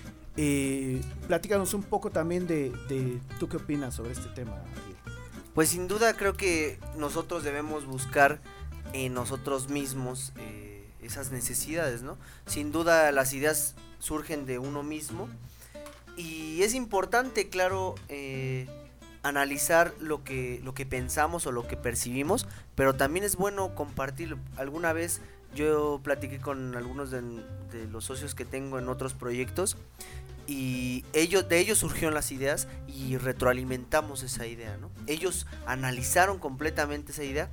Eh, platícanos un poco también de, de ¿tú qué opinas sobre este tema, Ariel? Pues sin duda creo que nosotros debemos buscar en nosotros mismos eh, esas necesidades, ¿no? Sin duda las ideas surgen de uno mismo y es importante, claro, eh, analizar lo que, lo que pensamos o lo que percibimos, pero también es bueno compartirlo. Alguna vez yo platiqué con algunos de, de los socios que tengo en otros proyectos y ellos, de ellos surgieron las ideas y retroalimentamos esa idea, ¿no? Ellos analizaron completamente esa idea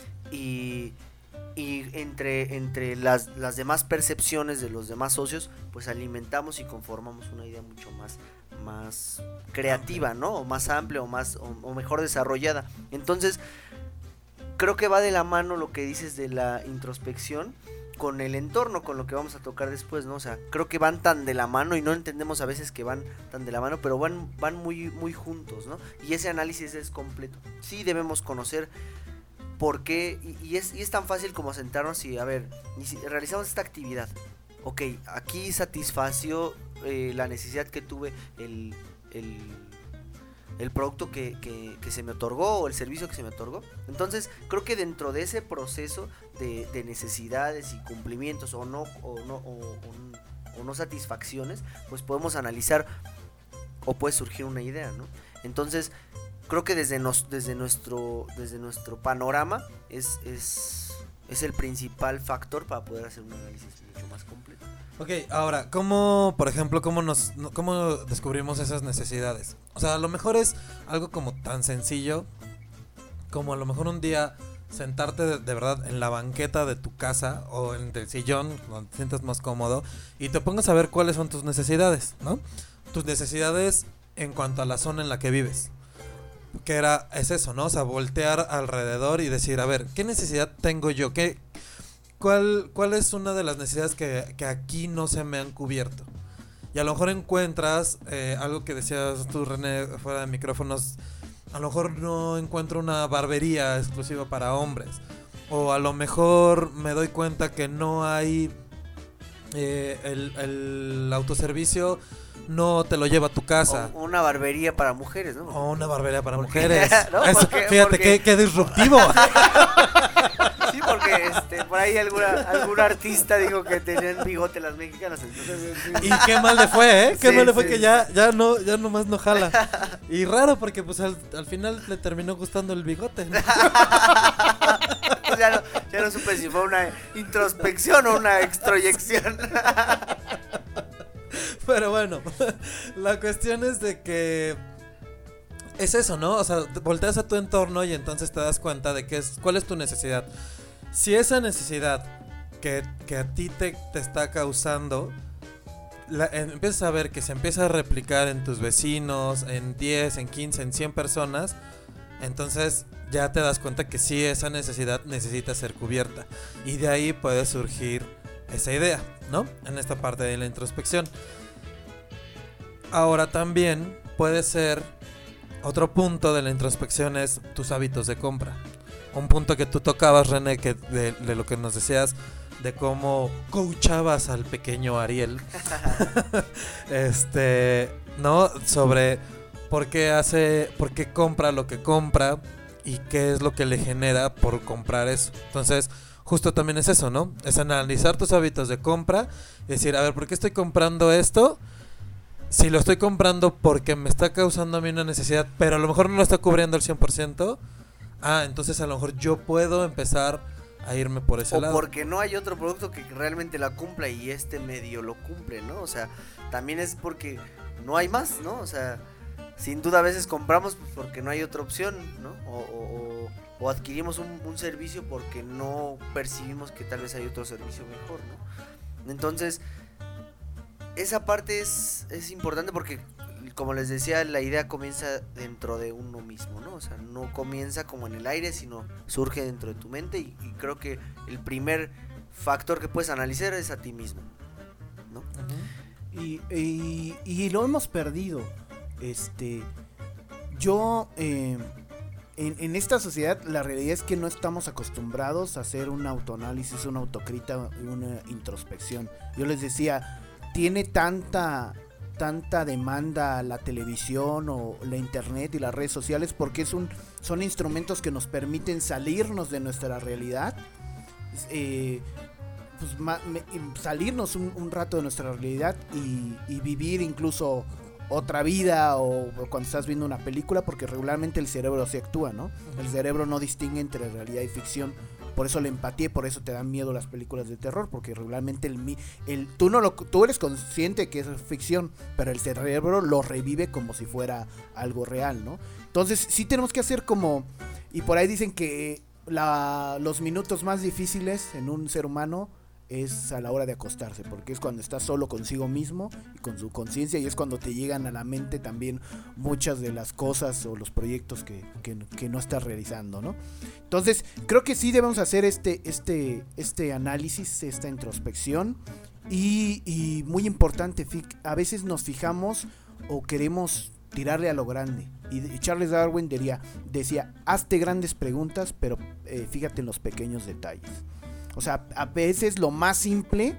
y, y entre, entre las, las demás percepciones de los demás socios, pues alimentamos y conformamos una idea mucho más, más creativa, ¿no? O más amplia o, más, o, o mejor desarrollada. Entonces, creo que va de la mano lo que dices de la introspección con el entorno, con lo que vamos a tocar después, ¿no? O sea, creo que van tan de la mano y no entendemos a veces que van tan de la mano, pero van, van muy, muy juntos, ¿no? Y ese análisis es completo. Sí debemos conocer por qué, y, y, es, y es tan fácil como sentarnos y, a ver, y si realizamos esta actividad, ok, aquí satisfació eh, la necesidad que tuve el... el el producto que, que, que se me otorgó o el servicio que se me otorgó. Entonces creo que dentro de ese proceso de, de necesidades y cumplimientos o no o no o, o, o no satisfacciones, pues podemos analizar o puede surgir una idea, ¿no? Entonces creo que desde nos, desde nuestro desde nuestro panorama es, es es el principal factor para poder hacer un análisis mucho más completo. Ok, ahora, ¿cómo, por ejemplo, cómo nos, cómo descubrimos esas necesidades? O sea, a lo mejor es algo como tan sencillo como a lo mejor un día sentarte de, de verdad en la banqueta de tu casa o en el sillón donde te sientas más cómodo y te pongas a ver cuáles son tus necesidades, ¿no? Tus necesidades en cuanto a la zona en la que vives. Que era, es eso, ¿no? O sea, voltear alrededor y decir, a ver, ¿qué necesidad tengo yo? ¿Qué... ¿Cuál, ¿Cuál es una de las necesidades que, que aquí no se me han cubierto? Y a lo mejor encuentras eh, algo que decías tú, René, fuera de micrófonos. A lo mejor no encuentro una barbería exclusiva para hombres. O a lo mejor me doy cuenta que no hay eh, el, el autoservicio, no te lo lleva a tu casa. O una barbería para mujeres, ¿no? O una barbería para Porque, mujeres. ¿no? Eso, Porque, fíjate, porque... qué, qué disruptivo. Sí, porque este, por ahí alguna, algún artista dijo que tenían bigote las mexicanas. Entonces, sí. Y qué mal le fue, ¿eh? Qué Sí, mal le fue sí. que ya, ya no, ya nomás no jala. Y raro porque pues al, al final le terminó gustando el bigote, ¿no? Pues ya, no, ya no supe si fue una introspección o una extroyección. Pero bueno, la cuestión es de que es eso, ¿no? O sea, volteas a tu entorno y entonces te das cuenta de que es, cuál es tu necesidad. Si esa necesidad que, que a ti te, te está causando, la, en, empiezas a ver que se empieza a replicar en tus vecinos, en diez, en quince, en cien personas, entonces ya te das cuenta que sí, esa necesidad necesita ser cubierta. Y de ahí puede surgir esa idea, ¿no? En esta parte de la introspección. Ahora también puede ser otro punto de la introspección es tus hábitos de compra. Un punto que tú tocabas, René, que de, de lo que nos decías de cómo coachabas al pequeño Ariel. este, ¿no? Sobre por qué hace, por qué compra lo que compra y qué es lo que le genera por comprar eso. Entonces, justo también es eso, ¿no? Es analizar tus hábitos de compra y decir, a ver, ¿por qué estoy comprando esto? Si lo estoy comprando porque me está causando a mí una necesidad, pero a lo mejor no lo está cubriendo al cien por ciento, ah, entonces a lo mejor yo puedo empezar a irme por ese o lado. Porque no hay otro producto que realmente la cumpla y este medio lo cumple, ¿no? O sea, también es porque no hay más, ¿no? O sea, sin duda a veces compramos pues porque no hay otra opción, ¿no? O, o, o adquirimos un, un servicio porque no percibimos que tal vez hay otro servicio mejor, ¿no? Entonces, esa parte es, es importante porque, como les decía, la idea comienza dentro de uno mismo, ¿no? O sea, no comienza como en el aire, sino surge dentro de tu mente y, y creo que el primer factor que puedes analizar es a ti mismo, ¿no? Ujú. Y, y, y lo hemos perdido. Este, yo, eh, en, en esta sociedad, la realidad es que no estamos acostumbrados a hacer un autoanálisis, una autocrítica, una introspección. Yo les decía, tiene tanta, tanta demanda la televisión o la internet y las redes sociales porque es un, son instrumentos que nos permiten salirnos de nuestra realidad. Eh, pues ma, me, salirnos un, un rato de nuestra realidad y, y vivir incluso otra vida o, o cuando estás viendo una película, porque regularmente el cerebro así actúa, ¿no? Uh-huh. El cerebro no distingue entre realidad y ficción. Por eso la empatía, por eso te dan miedo las películas de terror, porque regularmente el, el tú no lo tú eres consciente que es ficción, pero el cerebro lo revive como si fuera algo real, ¿no? Entonces sí tenemos que hacer como, y por ahí dicen que la, los minutos más difíciles en un ser humano es a la hora de acostarse, porque es cuando está solo consigo mismo y con su conciencia, y es cuando te llegan a la mente también muchas de las cosas o los proyectos que, que, que no estás realizando, ¿no? Entonces creo que sí debemos hacer este, este, este análisis, esta introspección y, y muy importante, a veces nos fijamos o queremos tirarle a lo grande, y Charles Darwin diría, decía, hazte grandes preguntas, pero eh, fíjate en los pequeños detalles. O sea, a veces lo más simple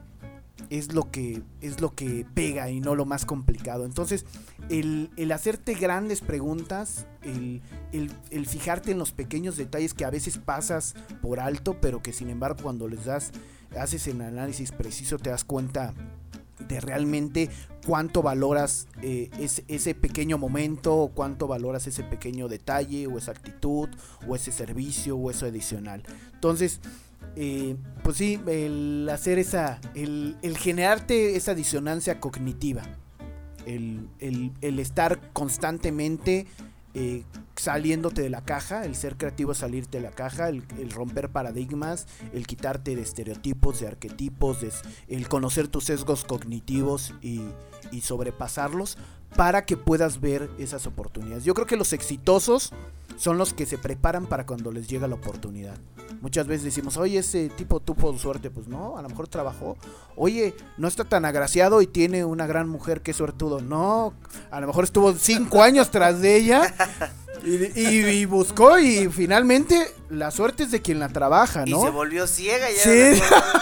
es lo que es lo que pega y no lo más complicado. Entonces, el, el hacerte grandes preguntas, el, el, el fijarte en los pequeños detalles que a veces pasas por alto, pero que sin embargo cuando les das, haces el análisis preciso, te das cuenta de realmente cuánto valoras eh, ese, ese pequeño momento, o cuánto valoras ese pequeño detalle, o esa actitud, o ese servicio, o eso adicional. Entonces, Eh, pues sí, el hacer esa, el, el generarte esa disonancia cognitiva, el, el, el estar constantemente eh, saliéndote de la caja, el ser creativo es salirte de la caja, el, el romper paradigmas, el quitarte de estereotipos, de arquetipos, de, el conocer tus sesgos cognitivos y, y sobrepasarlos para que puedas ver esas oportunidades. Yo creo que los exitosos son los que se preparan para cuando les llega la oportunidad. Muchas veces decimos, oye, ese tipo tuvo suerte. Pues no, a lo mejor trabajó. Oye, no está tan agraciado y tiene una gran mujer, qué suertudo. No, a lo mejor estuvo cinco años tras de ella y, y, y buscó, y finalmente la suerte es de quien la trabaja, ¿no? Y se volvió ciega ya. Sí.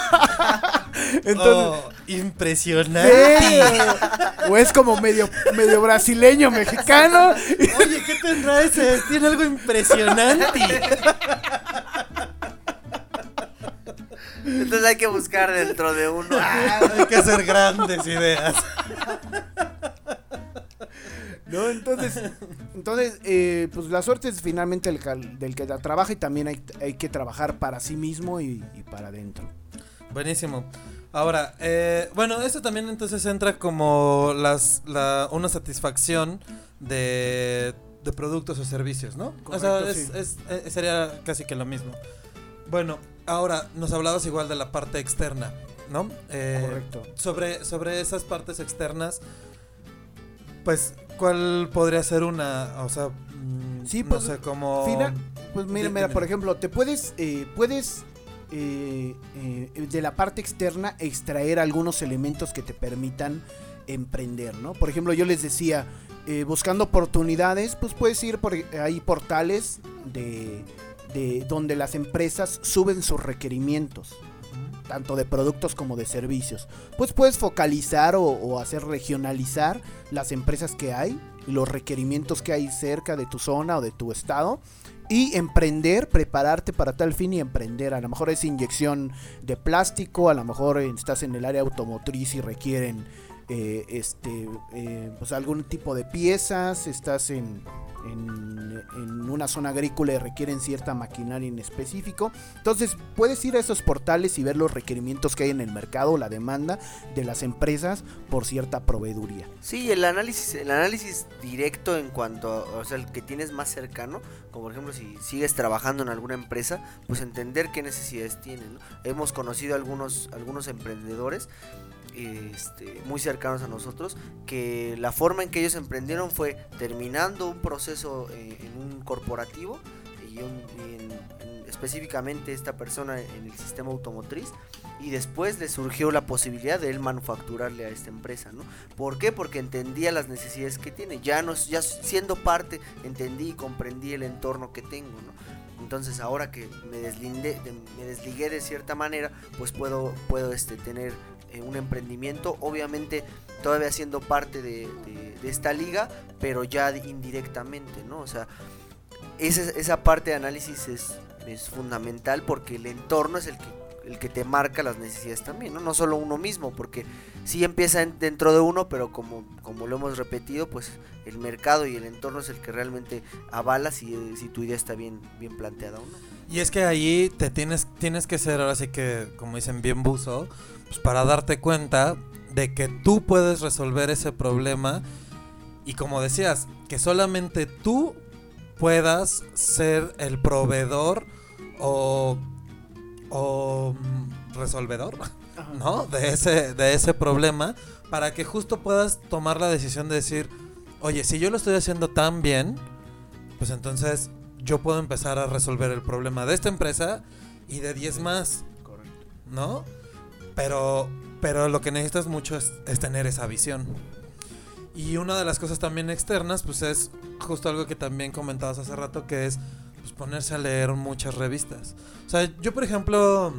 Entonces, oh, impresionante. Sí, o es como medio, medio brasileño, mexicano. Oye, ¿qué tendrá ese? Tiene algo impresionante. Entonces hay que buscar dentro de uno. Ah, hay que hacer grandes ideas. No, entonces, entonces eh, pues la suerte es finalmente el, del que la trabaja, y también hay, hay que trabajar para sí mismo y, y para adentro. Buenísimo. Ahora, eh, bueno, esto también entonces entra como las, la, una satisfacción de, de productos o servicios, ¿no? Correcto, o sea, es, sí. es, es, sería casi que lo mismo. Bueno, ahora nos hablabas igual de la parte externa, ¿no? Eh, Correcto. Sobre, sobre esas partes externas, pues, ¿cuál podría ser una? O sea, mmm, sí, no pues, sé cómo. Fina, pues mira, Dime. mira, por ejemplo, te puedes, eh, puedes eh, eh, de la parte externa extraer algunos elementos que te permitan emprender, ¿no? Por ejemplo, yo les decía, eh, buscando oportunidades, pues puedes ir por hay portales de, de donde las empresas suben sus requerimientos, tanto de productos como de servicios. Pues puedes focalizar o, o hacer regionalizar las empresas que hay, los requerimientos que hay cerca de tu zona o de tu estado, y emprender, prepararte para tal fin y emprender. A lo mejor es inyección de plástico, a lo mejor estás en el área automotriz y requieren eh, este eh, pues algún tipo de piezas, estás en, en en una zona agrícola y requieren cierta maquinaria en específico. Entonces puedes ir a esos portales y ver los requerimientos que hay en el mercado, la demanda de las empresas por cierta proveeduría. Sí, el análisis, el análisis directo en cuanto a, o sea, el que tienes más cercano, como por ejemplo si sigues trabajando en alguna empresa, pues entender qué necesidades tienen, ¿no? Hemos conocido algunos, algunos emprendedores Este, muy cercanos a nosotros, que la forma en que ellos emprendieron fue terminando un proceso eh, en un corporativo y, un, y en, en, específicamente esta persona en el sistema automotriz, y después le surgió la posibilidad de él manufacturarle a esta empresa, ¿no? ¿Por qué? Porque entendía las necesidades que tiene, ya, no, ya siendo parte entendí y comprendí el entorno que tengo, ¿no? Entonces ahora que me deslindé, de, me desligué de cierta manera, pues puedo, puedo este, tener eh, un emprendimiento, obviamente todavía siendo parte de, de, de esta liga, pero ya indirectamente, ¿no? O sea, esa, esa parte de análisis es, es fundamental, porque el entorno es el que el que te marca las necesidades también, ¿no? No solo uno mismo, porque sí empieza en, dentro de uno, pero como, como lo hemos repetido, pues el mercado y el entorno es el que realmente avala si, si tu idea está bien, bien planteada o no. Y es que ahí te tienes, tienes que ser, ahora sí que, como dicen, bien buzo, pues para darte cuenta de que tú puedes resolver ese problema, y como decías, que solamente tú puedas ser el proveedor o o resolvedor, ¿no? De ese, de ese problema, para que justo puedas tomar la decisión de decir, oye, si yo lo estoy haciendo tan bien, pues entonces yo puedo empezar a resolver el problema de esta empresa y de diez más, ¿no? Pero, pero lo que necesitas mucho es, es tener esa visión. Y una de las cosas también externas, pues es justo algo que también comentabas hace rato, que es pues ponerse a leer muchas revistas. O sea, yo por ejemplo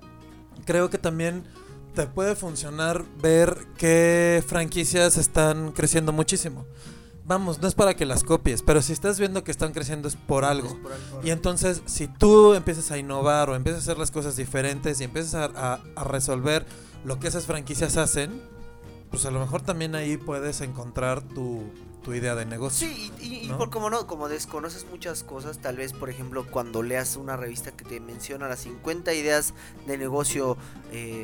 creo que también te puede funcionar ver qué franquicias están creciendo muchísimo. Vamos, no es para que las copies, pero si estás viendo que están creciendo es por algo. Es por algo. Y entonces, si tú empiezas a innovar o empiezas a hacer las cosas diferentes y empiezas a, a, a resolver lo que esas franquicias hacen, pues a lo mejor también ahí puedes encontrar tu, tu idea de negocio. Sí, y, y, ¿no? y por como no, como desconoces muchas cosas, tal vez, por ejemplo, cuando leas una revista que te menciona las cincuenta ideas de negocio eh,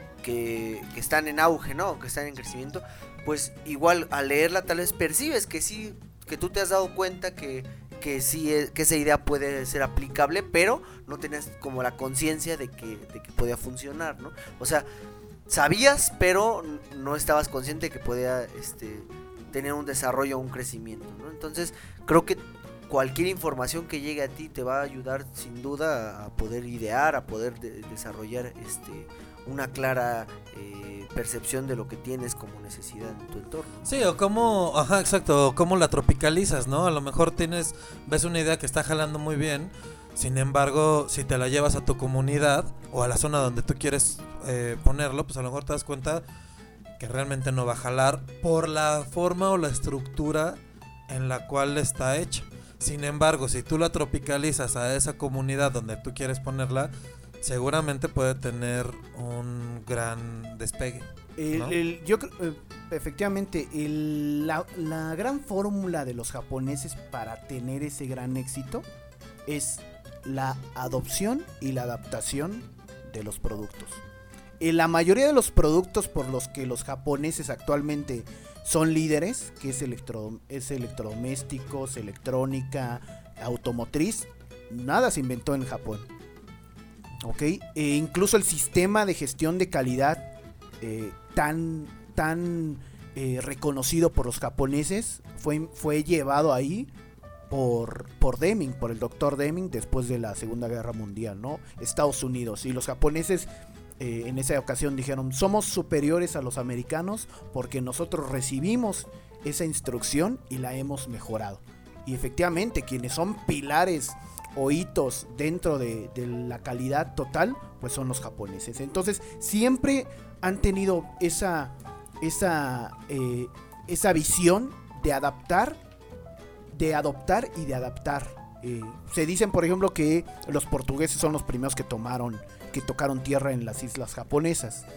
que, que están en auge, ¿no? Que están en crecimiento, pues igual al leerla tal vez percibes que sí, que tú te has dado cuenta que, que sí, que esa idea puede ser aplicable, pero no tenías como la conciencia de que, de que podía funcionar, ¿no? O sea, sabías, pero no estabas consciente de que podía este, tener un desarrollo o un crecimiento, ¿no? Entonces, creo que cualquier información que llegue a ti te va a ayudar sin duda a poder idear, a poder de- desarrollar este, una clara eh, percepción de lo que tienes como necesidad en tu entorno. Sí, o cómo, ajá, exacto, o cómo la tropicalizas, ¿no? A lo mejor tienes, ves una idea que está jalando muy bien, sin embargo, si te la llevas a tu comunidad o a la zona donde tú quieres eh, ponerlo, pues a lo mejor te das cuenta que realmente no va a jalar por la forma o la estructura en la cual está hecha. Sin embargo, si tú la tropicalizas a esa comunidad donde tú quieres ponerla, seguramente puede tener un gran despegue, El, ¿no? el- yo creo, eh, efectivamente, el- la, la gran fórmula de los japoneses para tener ese gran éxito es la adopción y la adaptación de los productos. En la mayoría de los productos por los que los japoneses actualmente son líderes, que es, electro, es electrodomésticos, electrónica, automotriz, nada se inventó en Japón. ¿Ok? E incluso el sistema de gestión de calidad eh, tan, tan eh, reconocido por los japoneses fue, fue llevado ahí por, por Deming, por el doctor Deming después de la Segunda Guerra Mundial, ¿no? Estados Unidos. Y los japoneses eh, en esa ocasión dijeron, somos superiores a los americanos porque nosotros recibimos esa instrucción y la hemos mejorado. Y efectivamente, quienes son pilares o hitos dentro de, de la calidad total, pues son los japoneses. Entonces, siempre han tenido esa, esa, eh, esa visión de adaptar, de adoptar y de adaptar. Eh, se dicen, por ejemplo, que los portugueses son los primeros que tomaron, que tocaron tierra en las islas japonesas.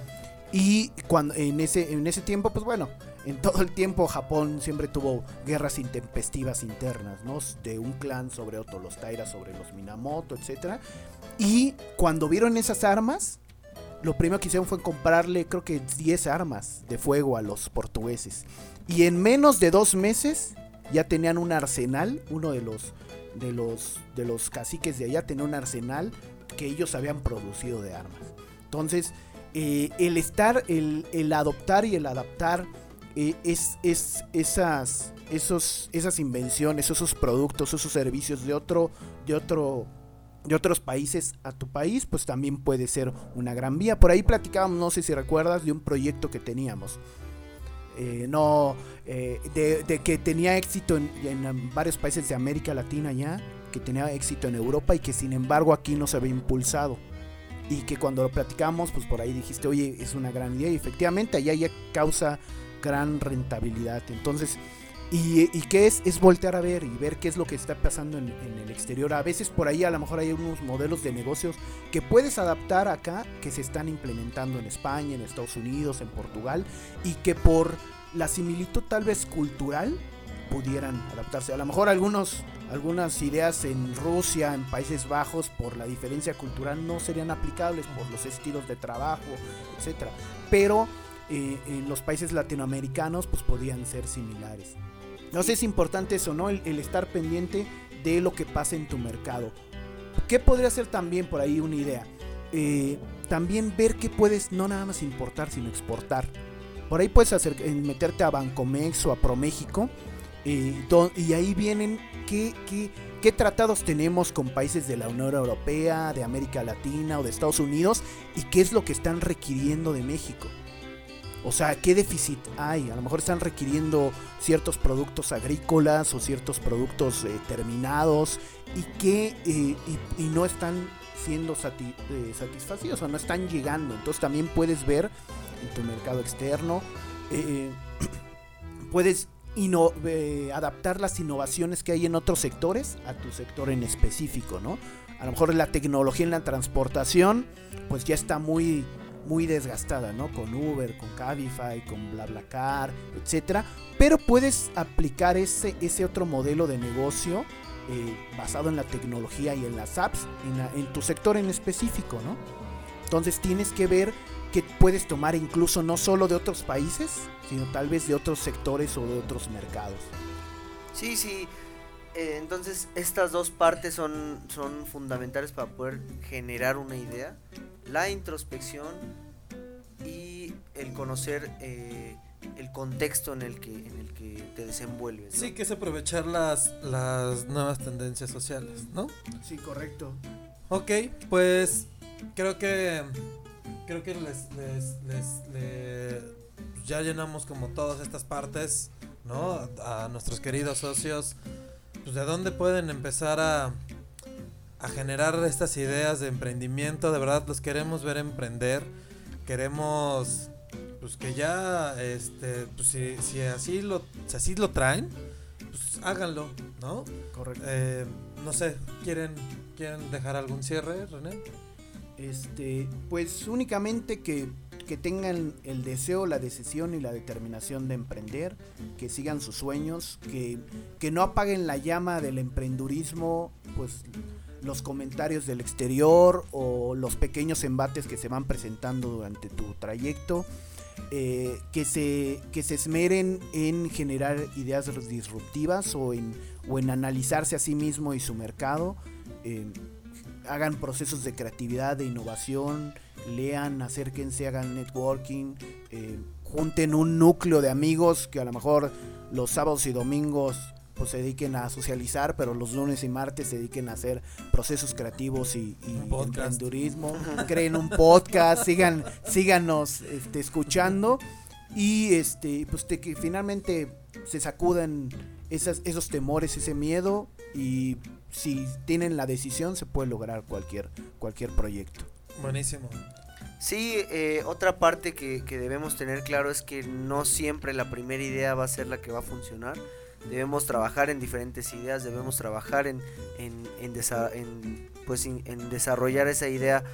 Y cuando en ese, en ese tiempo, pues bueno, en todo el tiempo Japón siempre tuvo guerras intempestivas internas, ¿no? De un clan sobre otro, los Taira sobre los Minamoto, etcétera. Y cuando vieron esas armas, lo primero que hicieron fue comprarle, creo que diez armas de fuego a los portugueses. Y en menos de dos meses ya tenían un arsenal, uno de los, de los, de los caciques de allá tenía un arsenal que ellos habían producido de armas. Entonces, eh, el estar, el, el adoptar y el adaptar eh, es, es esas, esos, esas invenciones, esos productos, esos servicios de otro, de otro, de otros países a tu país, pues también puede ser una gran vía. Por ahí platicábamos, no sé si recuerdas, de un proyecto que teníamos. Eh, no, eh, de, de que tenía éxito en, en varios países de América Latina ya, que tenía éxito en Europa y que sin embargo aquí no se había impulsado. Y que cuando lo platicamos, pues por ahí dijiste, oye, es una gran idea. Y efectivamente allá ya causa gran rentabilidad. Entonces, ¿y, y qué es? Es voltear a ver y ver qué es lo que está pasando en, en el exterior. A veces por ahí a lo mejor hay unos modelos de negocios que puedes adaptar acá, que se están implementando en España, en Estados Unidos, en Portugal, y que por la similitud tal vez cultural pudieran adaptarse. A lo mejor algunos, algunas ideas en Rusia, en Países Bajos, por la diferencia cultural no serían aplicables por los estilos de trabajo, etcétera. Pero eh, en los países latinoamericanos pues podrían ser similares. No sé si es importante eso, ¿no? El, el estar pendiente de lo que pasa en tu mercado. ¿Qué podría ser también por ahí una idea? Eh, también ver que puedes no nada más importar, sino exportar. Por ahí puedes hacer, meterte a Bancomex o a ProMéxico. Eh, do, y ahí vienen qué, qué, qué tratados tenemos con países de la Unión Europea, de América Latina o de Estados Unidos, y qué es lo que están requiriendo de México. O sea, qué déficit hay. A lo mejor están requiriendo ciertos productos agrícolas o ciertos productos eh, terminados y que eh, y, y no están siendo sati- eh, satisfacidos o no están llegando. Entonces también puedes ver en tu mercado externo, eh, puedes Ino, eh, adaptar las innovaciones que hay en otros sectores a tu sector en específico, ¿no? A lo mejor la tecnología en la transportación pues ya está muy, muy desgastada, ¿no? Con Uber, con Cabify, con BlaBlaCar, etcétera. Pero puedes aplicar ese, ese otro modelo de negocio eh, basado en la tecnología y en las apps en, la, en tu sector en específico, ¿no? Entonces tienes que ver que puedes tomar incluso no solo de otros países, sino tal vez de otros sectores o de otros mercados. Sí, sí. Eh, entonces estas dos partes son, son fundamentales para poder generar una idea. La introspección y el conocer eh, el contexto en el que, en el que te desenvuelves, ¿no? Sí, que es aprovechar las, las nuevas tendencias sociales, ¿no? Sí, correcto. Ok, pues creo que creo que les, les, les, les ya llenamos como todas estas partes, ¿no? A, a nuestros queridos socios, pues de dónde pueden empezar a a generar estas ideas de emprendimiento. De verdad los queremos ver emprender, queremos pues que ya este pues si, si así lo si así lo traen, pues háganlo, ¿no? Correcto. Eh, no sé, quieren quieren dejar algún cierre, René. Este, pues únicamente que, que tengan el deseo, la decisión y la determinación de emprender, que sigan sus sueños, que, que no apaguen la llama del emprendurismo, pues los comentarios del exterior o los pequeños embates que se van presentando durante tu trayecto, eh, que se, que se esmeren en generar ideas disruptivas o en, o en analizarse a sí mismo y su mercado. eh, Hagan procesos de creatividad, de innovación, lean, acérquense, hagan networking, eh, junten un núcleo de amigos que a lo mejor los sábados y domingos pues se dediquen a socializar, pero los lunes y martes se dediquen a hacer procesos creativos y, y emprendurismo. Creen un podcast, sigan, síganos este, escuchando y este pues de que finalmente se sacudan esas, esos temores, ese miedo, y si tienen la decisión se puede lograr cualquier cualquier proyecto. Buenísimo. Sí, eh, otra parte que, que debemos tener claro es que no siempre la primera idea va a ser la que va a funcionar. Debemos trabajar en diferentes ideas, debemos trabajar en, en, en, desa- en, pues, en, en desarrollar esa idea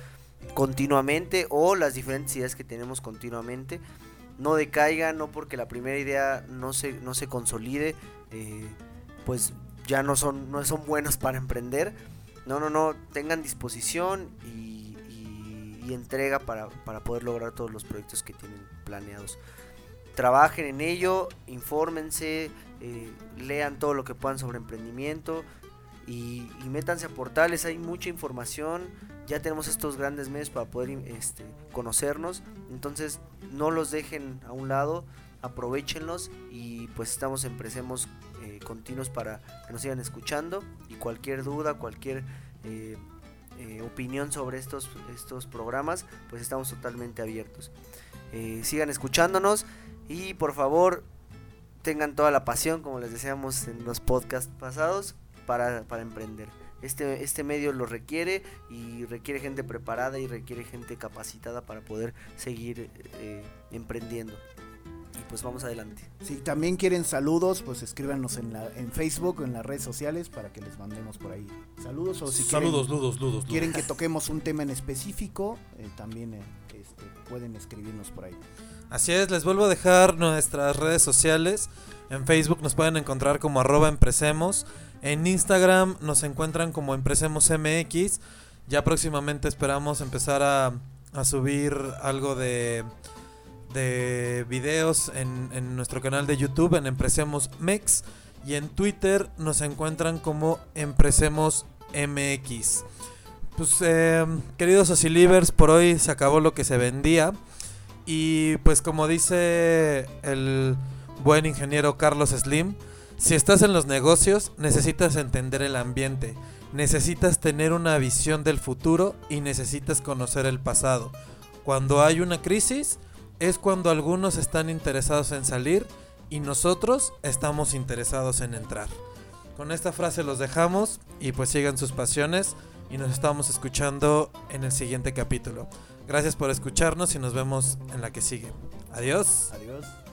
continuamente o las diferentes ideas que tenemos continuamente. No decaigan, no porque la primera idea no se, no se consolide, eh, pues ya no son, no son buenos para emprender. No, no, no, tengan disposición y, y, y entrega para, para poder lograr todos los proyectos que tienen planeados. Trabajen en ello, infórmense, eh, lean todo lo que puedan sobre emprendimiento y, y métanse a portales, hay mucha información, ya tenemos estos grandes medios para poder este, conocernos, entonces no los dejen a un lado, aprovéchenlos y pues estamos en Emprecemos eh, continuos para que nos sigan escuchando y cualquier duda, cualquier eh, eh, opinión sobre estos, estos programas, pues estamos totalmente abiertos. Eh, sigan escuchándonos y por favor tengan toda la pasión, como les decíamos en los podcasts pasados, para, para emprender. Este, este medio lo requiere y requiere gente preparada y requiere gente capacitada para poder seguir eh, emprendiendo. Y pues vamos adelante. Si también quieren saludos, pues escríbanos en la en Facebook o en las redes sociales para que les mandemos por ahí saludos. O si Saludos, quieren, ludos, ludos, quieren ludos. que toquemos un tema en específico, eh, también eh, este, pueden escribirnos por ahí. Así es, les vuelvo a dejar nuestras redes sociales. En Facebook nos pueden encontrar como arroba Emprecemos. En Instagram nos encuentran como Emprecemos M X. Ya próximamente esperamos empezar a, a subir algo de, de videos en, en nuestro canal de YouTube, en Emprecemos Mex. Y en Twitter nos encuentran como Emprecemos M X. Pues eh, queridos Socialivers, por hoy se acabó lo que se vendía. Y pues como dice el buen ingeniero Carlos Slim, si estás en los negocios necesitas entender el ambiente, necesitas tener una visión del futuro y necesitas conocer el pasado. Cuando hay una crisis es cuando algunos están interesados en salir y nosotros estamos interesados en entrar. Con esta frase los dejamos y pues sigan sus pasiones y nos estamos escuchando en el siguiente capítulo. Gracias por escucharnos y nos vemos en la que sigue. Adiós. Adiós.